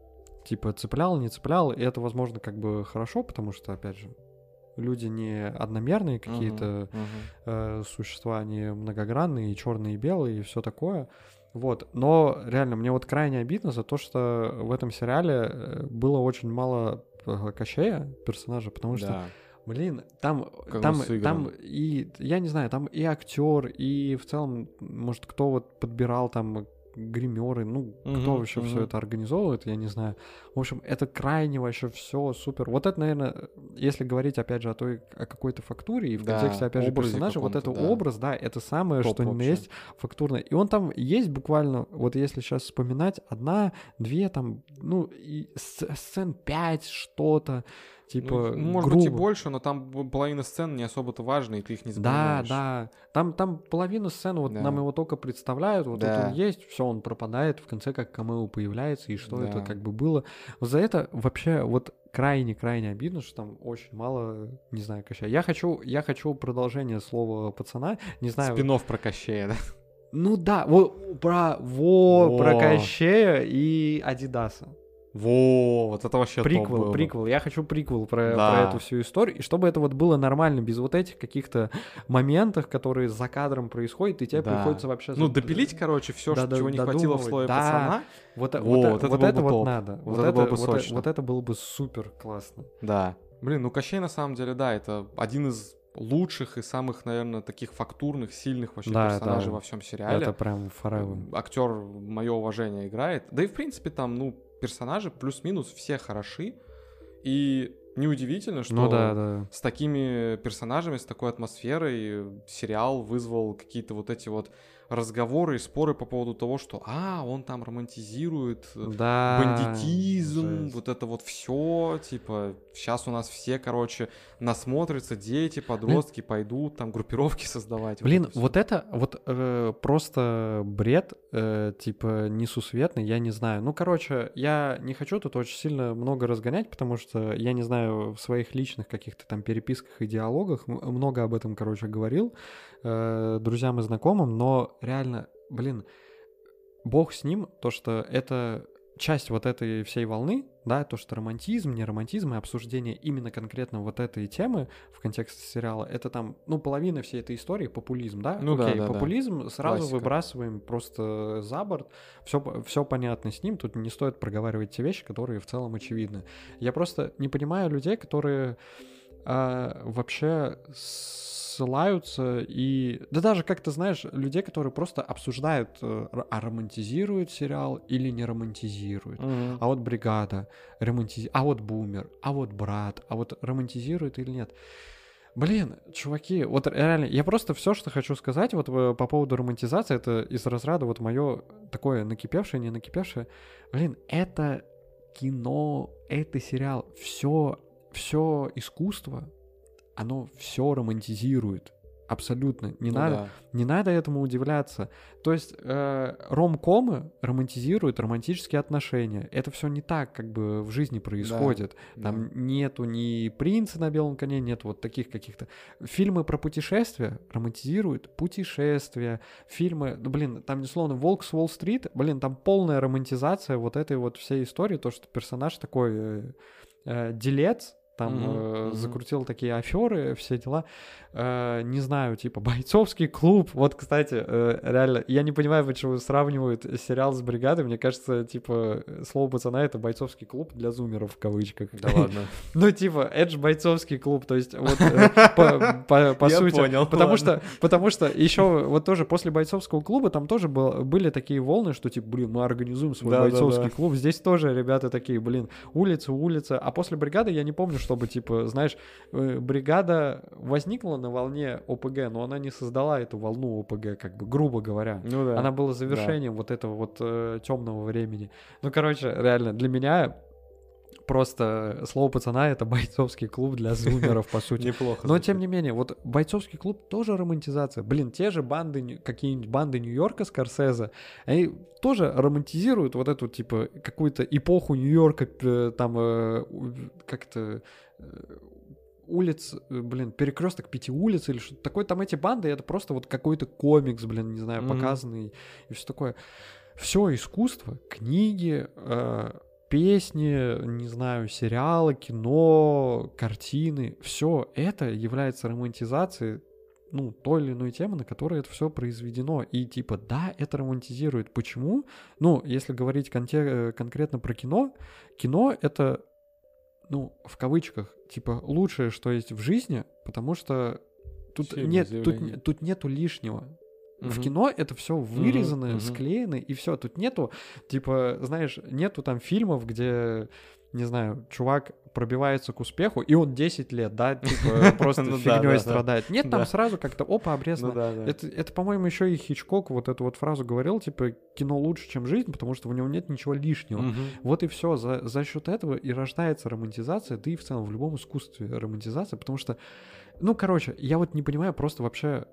B: типа цеплял, не цеплял. И это, возможно, как бы хорошо, потому что, опять же, люди не одномерные какие-то
A: uh-huh, uh-huh.
B: Э, существа, они многогранные, и черные, и белые, и все такое. Вот. Но реально, мне вот крайне обидно за то, что в этом сериале было очень мало Кощея, персонажа, потому что,
A: да.
B: блин, там,
A: как
B: там, там и, я не знаю, там и актер, и в целом, может, кто вот подбирал там гримеры, ну, uh-huh, кто вообще uh-huh. все это организовывает, я не знаю. В общем, это крайне вообще все супер. Вот это, наверное, если говорить, опять же, о той, о какой-то фактуре, и в да, контексте, опять же, персонажа, вот это да. образ, да, это самое, топ что ни на есть фактурное. И он там есть буквально, вот если сейчас вспоминать, одна, две, там, ну, и сцен пять, что-то, типа,
A: ну, может
B: грубо.
A: быть и больше, но там половина сцен не особо-то важна, и ты их не запоминаешь.
B: Да, да. Там, там половину сцен, вот да. нам его только представляют, вот да. он есть, все, он пропадает, в конце как камео появляется, и что да. это как бы было. Вот за это вообще вот крайне-крайне обидно, что там очень мало, не знаю, Кощея. Я хочу, я хочу продолжение слова пацана, не знаю.
A: Спин-офф про Кощея, да?
B: Ну да, вот про, во, во. про Кощея и Адидаса.
A: Во, вот это вообще
B: Приквел,
A: топ было бы.
B: приквел. Я хочу приквел про,
A: Да.
B: про эту всю историю. И чтобы это вот было нормально, без вот этих каких-то моментов, которые за кадром происходят, и тебе
A: Да.
B: приходится вообще...
A: Ну,
B: за-
A: допилить, короче, все,
B: Да, да,
A: чего не хватило в
B: додумывать.
A: слое
B: Да.
A: пацана.
B: Вот,
A: Во,
B: вот,
A: вот
B: вот
A: это
B: это,
A: было бы
B: вот
A: топ.
B: надо.
A: Вот
B: Вот,
A: это
B: это,
A: было бы
B: вот, э-
A: сочно.
B: вот это было бы супер классно.
A: Да. Блин, ну Кощей на самом деле, да, это один из лучших и самых, наверное, таких фактурных, сильных вообще
B: Да,
A: персонажей
B: да.
A: во всем сериале.
B: Это прям forever.
A: Актер, мое уважение, играет. Да и, в принципе, там, ну, персонажи плюс-минус все хороши. И неудивительно, что
B: Ну да, да.
A: с такими персонажами, с такой атмосферой сериал вызвал какие-то вот эти вот разговоры и споры по поводу того, что, а, он там романтизирует
B: Да,
A: бандитизм,
B: жесть.
A: вот это вот все, типа, сейчас у нас все, короче, насмотрятся, дети, подростки пойдут там группировки создавать.
B: Блин,
A: это всё.
B: вот это вот э, просто бред, э, типа несусветный, я не знаю. Ну, короче, я не хочу тут очень сильно много разгонять, потому что я не знаю, в своих личных каких-то там переписках и диалогах м- много об этом, короче, говорил э, друзьям и знакомым, но реально, блин, бог с ним, то, что это часть вот этой всей волны, да, то, что романтизм, не романтизм и обсуждение именно конкретно вот этой темы в контексте сериала, это там, ну, половина всей этой истории популизм, да?
A: Ну да,
B: Окей,
A: да, да.
B: популизм сразу
A: Классика.
B: выбрасываем просто за борт, все, все понятно с ним, тут не стоит проговаривать те вещи, которые в целом очевидны. Я просто не понимаю людей, которые а, вообще ссылаются и... Да даже как-то, знаешь, людей, которые просто обсуждают, э, р- а романтизируют сериал или не романтизируют.
A: Мгм.
B: А вот бригада романтизирует, а вот бумер, а вот брат, а вот романтизирует или нет. Блин, чуваки, вот реально, я просто все, что хочу сказать вот э, по поводу романтизации, это из разряда вот мое такое накипевшее, не накипевшее. Блин, это кино, это сериал, все, все искусство, оно все романтизирует. Абсолютно. Не
A: Ну
B: надо,
A: да.
B: не надо этому удивляться. То есть э, ромкомы романтизируют романтические отношения. Это все не так, как бы в жизни происходит. Там
A: Да.
B: нету ни принца на белом коне, нет вот таких каких-то. Фильмы про путешествия романтизируют путешествия. Фильмы, ну блин, там условно «Волк с Уолл-стрит», блин, там полная романтизация вот этой вот всей истории, то, что персонаж такой э, э, делец, там
A: Мгм,
B: э,
A: мгм.
B: закрутил такие аферы, все дела. Э, не знаю, типа бойцовский клуб. Вот, кстати, э, реально, я не понимаю, почему сравнивают сериал с бригадой. Мне кажется, типа, слово пацана — это бойцовский клуб для зумеров в кавычках.
A: Да ладно.
B: Ну, типа, это же бойцовский клуб, то есть, вот, э, по, по- по
A: Я
B: сути.
A: понял,
B: Потому
A: ладно.
B: что, потому что еще вот тоже после бойцовского клуба там тоже был- были такие волны, что, типа, блин, мы организуем свой
A: Да-да-да.
B: бойцовский клуб. Здесь тоже ребята такие, блин, улица, улица. А после бригады я не помню, чтобы, типа, знаешь, э, бригада возникла на волне ОПГ, но она не создала эту волну ОПГ, как бы, грубо говоря.
A: Ну да.
B: Она была завершением вот этого вот темного времени. Ну, короче, реально, для меня просто слово пацана — это бойцовский клуб для зумеров, по сути.
A: Неплохо.
B: Но,
A: звучит.
B: тем не менее, вот бойцовский клуб тоже романтизация. Блин, те же банды, Нью- какие-нибудь банды Нью-Йорка, Скорсезе, они тоже романтизируют вот эту, типа, какую-то эпоху Нью-Йорка, э, там, э, у- как-то... э, улиц, э, блин, перекресток пяти улиц или что-то такое. Там эти банды, это просто вот какой-то комикс, блин, не знаю,
A: Мгм.
B: показанный и все такое. Все искусство, книги, э, песни, не знаю, сериалы, кино, картины, все это является романтизацией, ну, той или иной темы, на которой это все произведено. И типа, да, это романтизирует. Почему? Ну, если говорить конте- э, конкретно про кино, кино — это, ну, в кавычках, типа, лучшее, что есть в жизни, потому что тут,
A: Сильное
B: нет, тут,
A: заявление.
B: тут нету лишнего. В
A: Мгм.
B: кино это все вырезано,
A: мгм.
B: склеено, и все. Тут нету, типа, знаешь, нету там фильмов, где, не знаю, чувак пробивается к успеху, и он десять лет, да, типа, просто
A: Ну да,
B: фигней
A: да, да.
B: страдает. Нет, там
A: Да.
B: сразу как-то, опа,
A: Ну
B: обрезано.
A: да, да.
B: Это, это, по-моему, еще и Хичкок вот эту вот фразу говорил, типа, кино лучше, чем жизнь, потому что в нем нет ничего лишнего.
A: Мгм.
B: Вот и все. За, за счет этого и рождается романтизация, да и в целом в любом искусстве романтизация, потому что, ну, короче, я вот не понимаю просто вообще,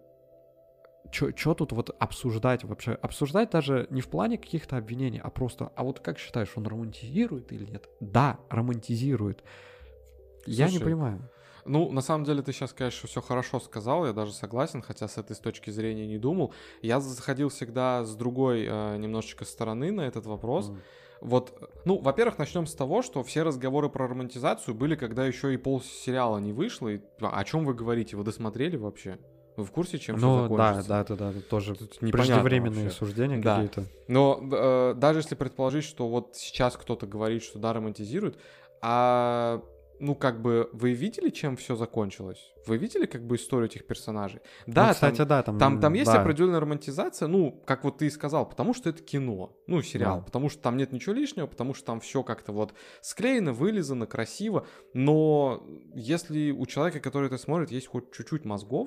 B: что тут вот обсуждать вообще? Обсуждать даже не в плане каких-то обвинений, а просто, а вот как считаешь, он романтизирует или нет? Да, романтизирует. Я не
A: Слушай,
B: понимаю.
A: Ну, на самом деле, ты сейчас, конечно, все хорошо сказал, я даже согласен, хотя с этой с точки зрения не думал. Я заходил всегда с другой э, немножечко стороны на этот вопрос. Mm. Вот, ну, во-первых, начнем с того, что все разговоры про романтизацию были, когда еще и полсериала не вышло. И, о чем вы говорите? Вы досмотрели вообще? Вы в курсе, чем
B: ну,
A: все закончится?
B: Да, да, да, да, тоже преждевременные вообще. Суждения да. какие-то.
A: Но э, даже если предположить, что вот сейчас кто-то говорит, что да, романтизирует, а... Ну, как бы, вы видели, чем все закончилось? Вы видели, как бы, историю этих персонажей? Да,
B: ну, кстати,
A: там,
B: да, там,
A: там, там есть
B: да.
A: определенная романтизация, ну, как вот ты и сказал, потому что это кино, ну, сериал, да. потому что там нет ничего лишнего, потому что там все как-то вот склеено, вылизано, красиво, но если у человека, который это смотрит, есть хоть чуть-чуть мозгов,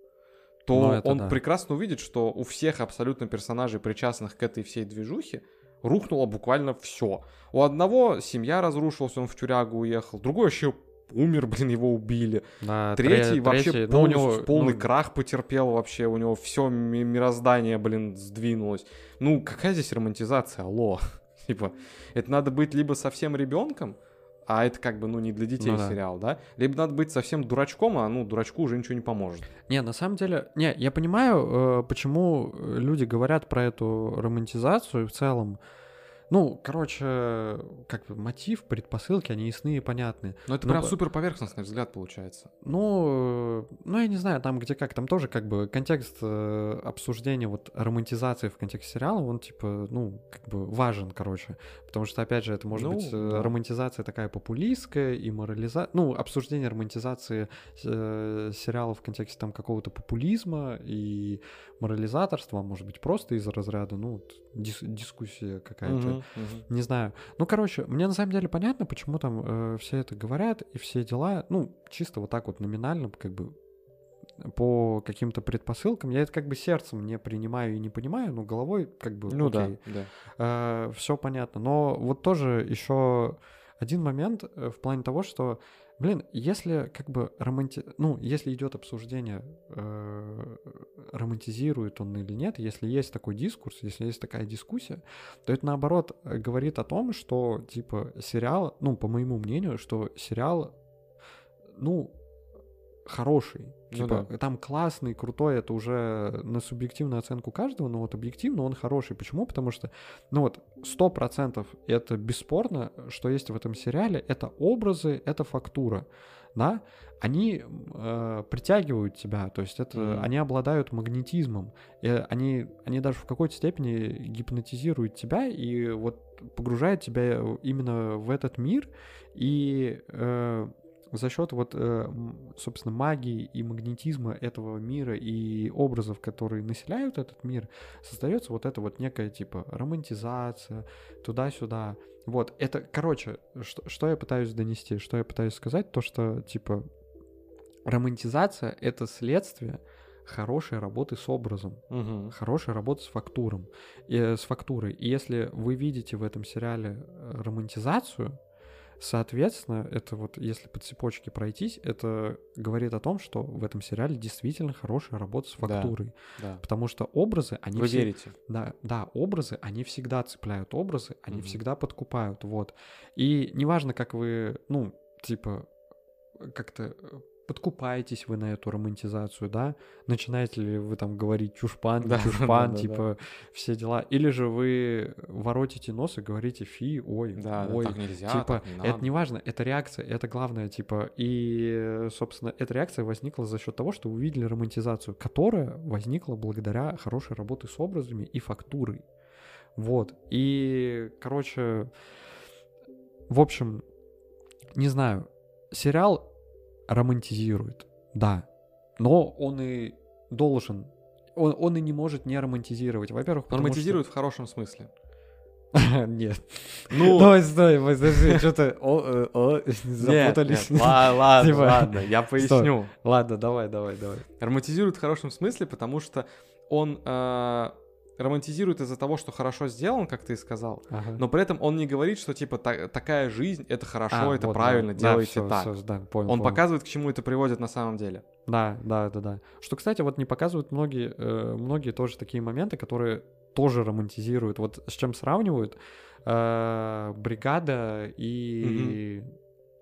A: то он да. прекрасно увидит, что у всех абсолютно персонажей, причастных к этой всей движухе, рухнуло буквально все. У одного семья разрушилась, он в тюрягу уехал. Другой вообще умер, блин, его убили. Да, третий тре- вообще третий, пол- ну, у него, полный ну... крах потерпел вообще. У него все мироздание, блин, сдвинулось. Ну, какая здесь романтизация? Алло. Типа, это надо быть либо совсем ребенком, а это как бы, ну, не для детей ну, сериал, да. да? Либо надо быть совсем дурачком, а, ну, дурачку уже ничего не поможет.
B: Не, на самом деле, не, я понимаю, э, почему люди говорят про эту романтизацию в целом. Ну, короче, как бы мотив, предпосылки, они ясны и понятны.
A: Но это Но... прям супер поверхностный взгляд получается.
B: Ну, ну, я не знаю, там где как, там тоже как бы контекст э, обсуждения вот романтизации в контексте сериала, он типа, ну, как бы важен, короче. Потому что, опять же, это может ну, быть э, да. романтизация такая популистская и морализация, ну, обсуждение романтизации э, сериала в контексте там какого-то популизма и морализаторства, может быть, просто из разряда, ну, дис- дискуссия какая-то. Uh-huh, uh-huh. Не знаю. Ну, короче, мне на самом деле понятно, почему там э, все это говорят и все дела. Ну, чисто вот так вот номинально, как бы по каким-то предпосылкам. Я это как бы сердцем не принимаю и не понимаю, но головой как бы
A: ну,
B: окей.
A: Да, да.
B: Э, все понятно. Но вот тоже еще один момент э, в плане того, что блин, если как бы романти... ну, если идет обсуждение, э, романтизирует он или нет, если есть такой дискурс, если есть такая дискуссия, то это наоборот говорит о том, что типа сериал, ну, по моему мнению, что сериал, ну, хороший. Типа, ну, да. Там классный, крутой, это уже на субъективную оценку каждого, но вот объективно он хороший. Почему? Потому что, ну вот, сто процентов это бесспорно, что есть в этом сериале, это образы, это фактура, да, они э, притягивают тебя, то есть это, mm-hmm. они обладают магнетизмом, и они, они даже в какой-то степени гипнотизируют тебя и вот погружают тебя именно в этот мир, и... Э, за счет вот, собственно, магии и магнетизма этого мира и образов, которые населяют этот мир, создается вот эта вот некая типа романтизация, туда-сюда. Вот, это, короче, что, что я пытаюсь донести, что я пытаюсь сказать, то, что, типа, романтизация — это следствие хорошей работы с образом, угу. хорошей работы с фактуром, и, с фактурой. И если вы видите в этом сериале романтизацию, соответственно, это вот, если по цепочке пройтись, это говорит о том, что в этом сериале действительно хорошая работа с фактурой.
A: Да, да.
B: Потому что образы, они...
A: Вы
B: все...
A: верите?
B: Да, да, образы, они всегда цепляют образы, они угу. всегда подкупают, вот. И неважно, как вы, ну, типа, как-то... подкупаетесь вы на эту романтизацию, да? Начинаете ли вы там говорить чушпан, да, чушпан, да, типа, да, да. все дела? Или же вы воротите нос и говорите фи, ой,
A: да,
B: ой.
A: Да, так нельзя,
B: типа,
A: так не надо.
B: Это не важно, это реакция, это главное, типа, и, собственно, эта реакция возникла за счет того, что вы увидели романтизацию, которая возникла благодаря хорошей работе с образами и фактурой. Вот. И, короче, в общем, не знаю, сериал романтизирует, да, но он и должен, он, он и не может не романтизировать. Во-первых,
A: он романтизирует
B: что...
A: в хорошем смысле.
B: Нет. Ну... Давай, стой, подожди, что-то запутались.
A: Ладно, ладно, я поясню.
B: Ладно, давай, давай, давай.
A: Романтизирует в хорошем смысле, потому что он... романтизирует из-за того, что хорошо сделан, как ты и сказал, ага. но при этом он не говорит, что типа та- такая жизнь, это хорошо, а, это вот, правильно, да, делайте да, всё, так. Всё, да, понял, он понял. Показывает, к чему это приводит на самом деле.
B: Да, да, да, да. Что, кстати, вот не показывают многие, э, многие тоже такие моменты, которые тоже романтизируют. Вот с чем сравнивают? Э, бригада и...
A: Угу.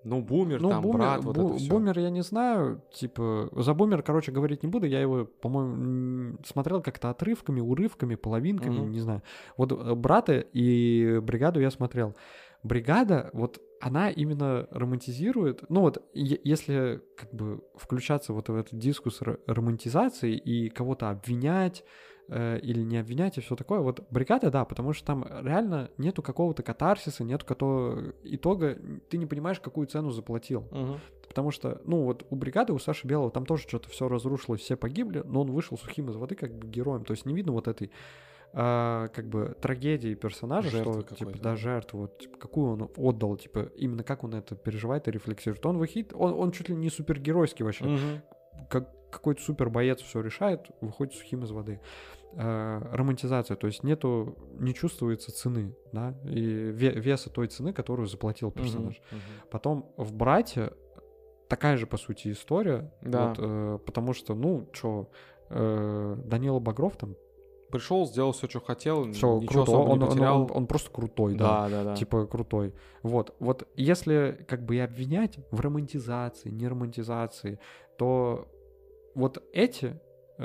A: Ну, Бумер,
B: Ну,
A: там,
B: бумер,
A: брат, вот
B: бу-
A: это все.
B: бумер я не знаю, типа, за бумер, короче, говорить не буду, я его, по-моему, м, смотрел как-то отрывками, урывками, половинками,
A: Мгм.
B: не знаю. Вот э, брата и бригаду я смотрел. Бригада, вот она именно романтизирует, ну вот, е- если как бы включаться вот в этот дискус р- романтизации и кого-то обвинять, э, или не обвинять и все такое. Вот бригада, да, потому что там реально нету какого-то катарсиса, нету какого итога, ты не понимаешь, какую цену заплатил.
A: Мгм.
B: Потому что, ну вот у бригады, у Саши Белого там тоже что-то все разрушилось, все погибли, но он вышел сухим из воды как бы героем. То есть не видно вот этой а, как бы трагедии персонажа,
A: Жертвы
B: что типа
A: какой-то,
B: да,
A: да.
B: жертву, вот, типа, какую он отдал, типа именно как он это переживает и рефлексирует. Он выхит, он, он чуть ли не супергеройский вообще,
A: Мгм.
B: как какой-то супер боец все решает, выходит сухим из воды. А, романтизация, то есть нету, не чувствуется цены, да, и ве- веса той цены, которую заплатил персонаж.
A: Мгм. Мгм.
B: Потом в «Брате» такая же, по сути, история.
A: Да.
B: Вот, э, потому что, ну, что, Данила Багров там,
A: Пришел, сделал все, что хотел,
B: все
A: ничего
B: круто,
A: особо
B: он,
A: не
B: он,
A: потерял.
B: он, он просто крутой, да.
A: Да, да, да.
B: Типа крутой. Вот, вот если как бы и обвинять в романтизации, не романтизации, то вот эти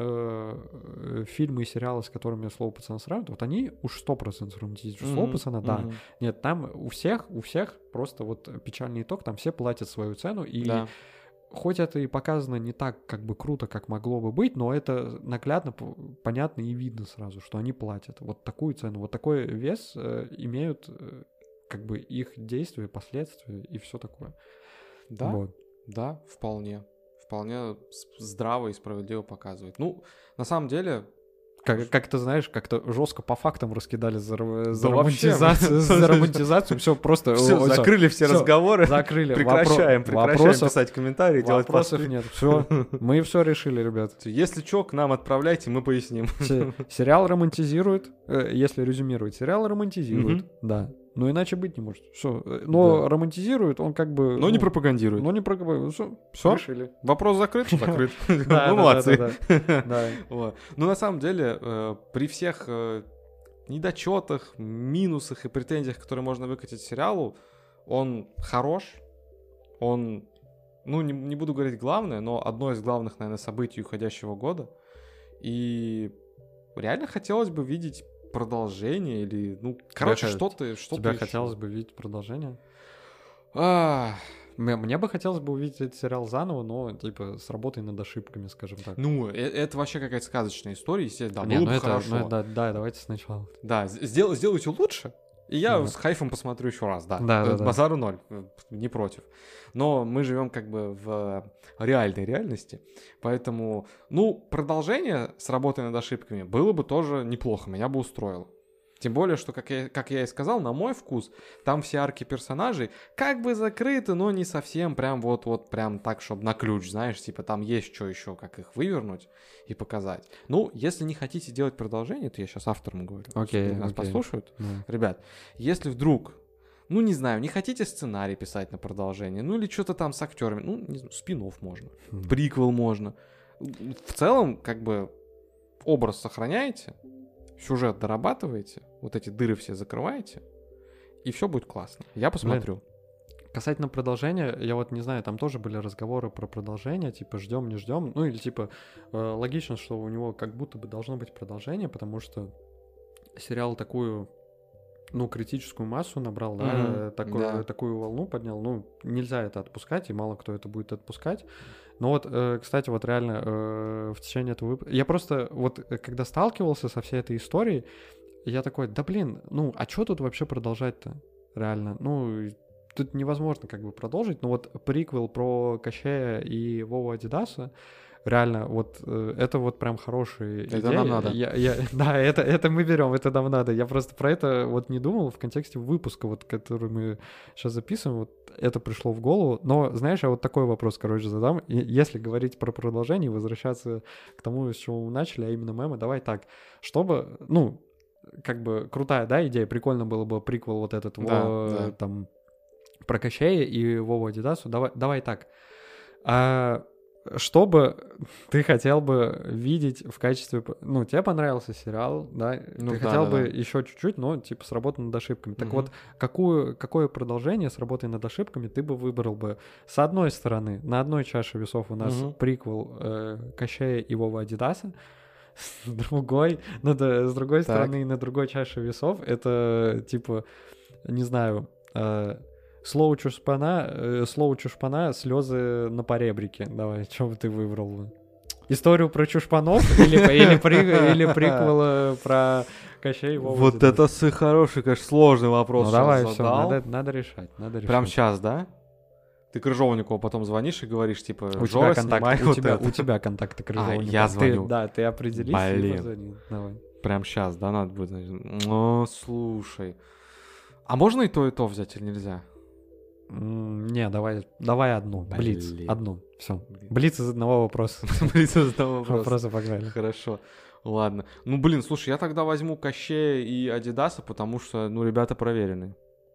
B: э, фильмы и сериалы, с которыми «Слово пацана» сравнивают, вот они уж сто процентов романтизируют. «Слово
A: Мгм.
B: пацана», да.
A: Мгм.
B: Нет, там у всех, у всех просто вот печальный итог, там все платят свою цену, и
A: Да.
B: хоть это и показано не так как бы круто, как могло бы быть, но это наглядно, п- понятно и видно сразу, что они платят вот такую цену, вот такой вес э, имеют э, как бы их действия, последствия и все такое.
A: Да,
B: Вот.
A: да, вполне. Вполне с- здраво и справедливо показывает. Ну, на самом деле...
B: Как, как ты знаешь, как-то жестко по фактам раскидали за, р- за
A: Да вообще,
B: романтизацию, за романтизацию, все просто
A: Все,
B: о, всё,
A: закрыли все
B: всё,
A: разговоры.
B: закрыли.
A: Прекращаем,
B: Вопро-
A: прекращаем
B: вопросов,
A: писать комментарии, делать
B: вопросов
A: посты.
B: нет. Все, мы все решили, ребят.
A: Если что, к нам отправляйте, мы поясним.
B: Се- Сериал романтизирует, э, если резюмировать, сериал романтизирует,
A: Мгм.
B: да. Но иначе быть не может. Все. Но
A: Да.
B: романтизирует, он как бы.
A: Но не
B: ну,
A: пропагандирует.
B: Но не пропагандирует. Все.
A: Всё?
B: Решили.
A: Вопрос закрыт? Закрыт.
B: Да,
A: Вы
B: да,
A: молодцы.
B: да, да, да.
A: Вот. Ну, на самом деле, э, при всех э, недочетах, минусах и претензиях, которые можно выкатить сериалу, он хорош, он, ну, не, не буду говорить главное, но одно из главных, наверное, событий уходящего года. И реально хотелось бы видеть продолжение или, ну, короче,
B: хо-
A: что-то, что-то
B: Тебе
A: ещё.
B: хотелось бы видеть продолжение?
A: А,
B: Мне, мне бы хотелось бы увидеть этот сериал заново, но типа с работой над ошибками, скажем так.
A: ну, э- это вообще какая-то сказочная история, естественно, да,
B: Не,
A: было
B: ну
A: бы
B: это,
A: хорошо.
B: ну это- да, да, давайте сначала.
A: Да, с- сдел- сделайте лучше, и я
B: Да.
A: с кайфом посмотрю еще раз, да.
B: Да, да,
A: Э,
B: да.
A: Базару ноль, э, не против. Но мы живем как бы в реальной реальности, поэтому, ну, продолжение с работой над ошибками было бы тоже неплохо, меня бы устроило. Тем более, что, как я, как я и сказал, на мой вкус, там все арки персонажей как бы закрыты, но не совсем прям вот-вот прям так, чтобы на ключ, знаешь, типа там есть что еще, как их вывернуть и показать. Ну, если не хотите делать продолжение, то я сейчас авторам говорю,
B: Окей,
A: нас
B: окей.
A: послушают.
B: Да.
A: Ребят, если вдруг, ну не знаю, не хотите сценарий писать на продолжение, ну или что-то там с актерами, ну, не знаю, спин-офф можно,
B: Мгм.
A: приквел можно. В целом, как бы, образ сохраняете, сюжет дорабатываете, вот эти дыры все закрываете, и все будет классно. Я посмотрю.
B: Касательно продолжения, я вот не знаю, там тоже были разговоры про продолжение, типа ждем, не ждем. Ну или типа э, логично, что у него как будто бы должно быть продолжение, потому что сериал такую, ну, критическую массу набрал, да,
A: Мгм,
B: э, такую,
A: да.
B: такую волну поднял. Ну, нельзя это отпускать, и мало кто это будет отпускать. Но вот, э, кстати, вот реально э, в течение этого выпуска... Я просто вот, э, когда сталкивался со всей этой историей, я такой, да блин, ну, а что тут вообще продолжать-то? Реально, ну, и тут невозможно как бы продолжить. Но вот приквел про Кощея и Вову Адидаса, реально, вот э, это вот прям хорошие
A: Это
B: идеи.
A: нам надо.
B: Я, я- да, это, это мы берем, это нам надо. Я просто про это вот не думал в контексте выпуска, вот, который мы сейчас записываем, вот это пришло в голову. Но, знаешь, я вот такой вопрос, короче, задам. И если говорить про продолжение, возвращаться к тому, с чего мы начали, а именно мемы, давай так, чтобы, ну, как бы крутая, да, идея, прикольно было бы приквел вот этот,
A: Да,
B: во-
A: да.
B: там, про Кощея и Вову Адидасу. Давай, давай так. А, что бы ты хотел бы видеть в качестве... Ну, тебе понравился сериал, да?
A: Ну,
B: ты
A: да,
B: хотел
A: да,
B: бы
A: да.
B: еще чуть-чуть, но, типа, с работой над ошибками. Так
A: Мгм.
B: вот, какую, какое продолжение с работой над ошибками ты бы выбрал бы? С одной стороны, на одной чаше весов у нас
A: Мгм.
B: приквел э, Кощея и Вова Адидаса, с другой, ну да, с другой
A: Так.
B: стороны, на другой чаше весов это, типа, не знаю... Э, Слово чушпана, э, слово чушпана, слезы на поребрике. Давай, что бы ты выбрал бы? Историю про чушпанов или, или, при- или приквел э, про Кощей и Вову
A: Вот
B: Адидаса?
A: это сы- хороший, конечно, сложный вопрос
B: Ну
A: сейчас
B: давай, все,
A: задал.
B: надо, надо решать, надо решать.
A: Прям сейчас, да? Ты Крыжовникову потом звонишь и говоришь, типа,
B: У тебя,
A: Жора,
B: контакт,
A: снимай
B: у,
A: вот
B: тебя,
A: это.
B: у тебя контакты Крыжовникова.
A: я
B: Ты-
A: звоню.
B: да, ты определись и
A: Блин.
B: позвони. Давай.
A: Прям сейчас, да, надо будет, значит. О, слушай. А можно и то, и то взять или нельзя?
B: М, Не, давай, давай одну. Блиц.
A: Блин.
B: Одну. Все.
A: Блин.
B: Блиц из одного вопроса.
A: Блин, задал вопрос.
B: Вопросы погнали.
A: Хорошо. Ладно. Ну, блин, слушай, я тогда возьму Кощея и Адидаса, потому что, ну, ребята проверенные.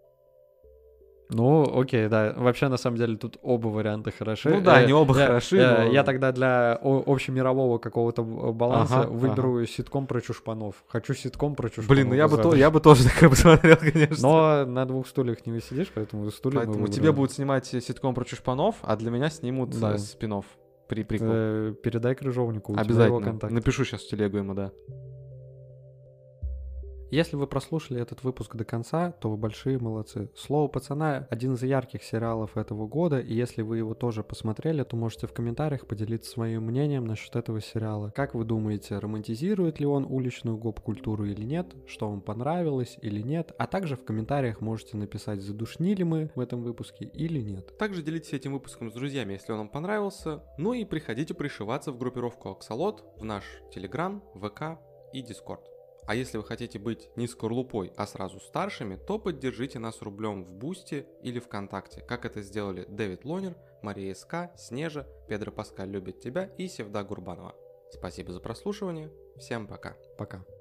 B: Ну, окей, да. Вообще, на самом деле, тут оба варианта хороши.
A: Ну да,
B: Э,
A: они оба
B: я,
A: хороши,
B: э,
A: но-
B: Я тогда для о- общемирового какого-то б- баланса
A: Ага,
B: выберу ситком про чушпанов. Хочу ситком про чушпанов.
A: Блин, ну я бы, то,
B: посмотреть.
A: я бы тоже такое посмотрел, конечно.
B: Но на двух стульях не высидишь, поэтому стулья мы
A: Поэтому
B: выбрали.
A: тебе будут снимать ситком про чушпанов, а для меня снимут
B: Да.
A: э, спин-офф. При прикол.
B: Э, Передай Крыжовнику, у тебя его
A: Обязательно.
B: контакт.
A: Напишу сейчас в телегу ему, да.
B: Если вы прослушали этот выпуск до конца, то вы большие молодцы. «Слово пацана» — один из ярких сериалов этого года, и если вы его тоже посмотрели, то можете в комментариях поделиться своим мнением насчет этого сериала. Как вы думаете, романтизирует ли он уличную гоп-культуру или нет? Что вам понравилось или нет? А также в комментариях можете написать, задушнили мы в этом выпуске или нет. Также делитесь этим выпуском с друзьями, если он вам понравился. Ну и приходите пришиваться в группировку Аксолот, в наш Телеграм, ВК и Дискорд. А если вы хотите быть не скорлупой, а сразу старшими, то поддержите нас рублем в Бусти или ВКонтакте, как это сделали Дэвид Лонер, Мария СК, Снежа, Педро Паскаль любит тебя и Севда Гурбанова. Спасибо за прослушивание, всем пока. Пока.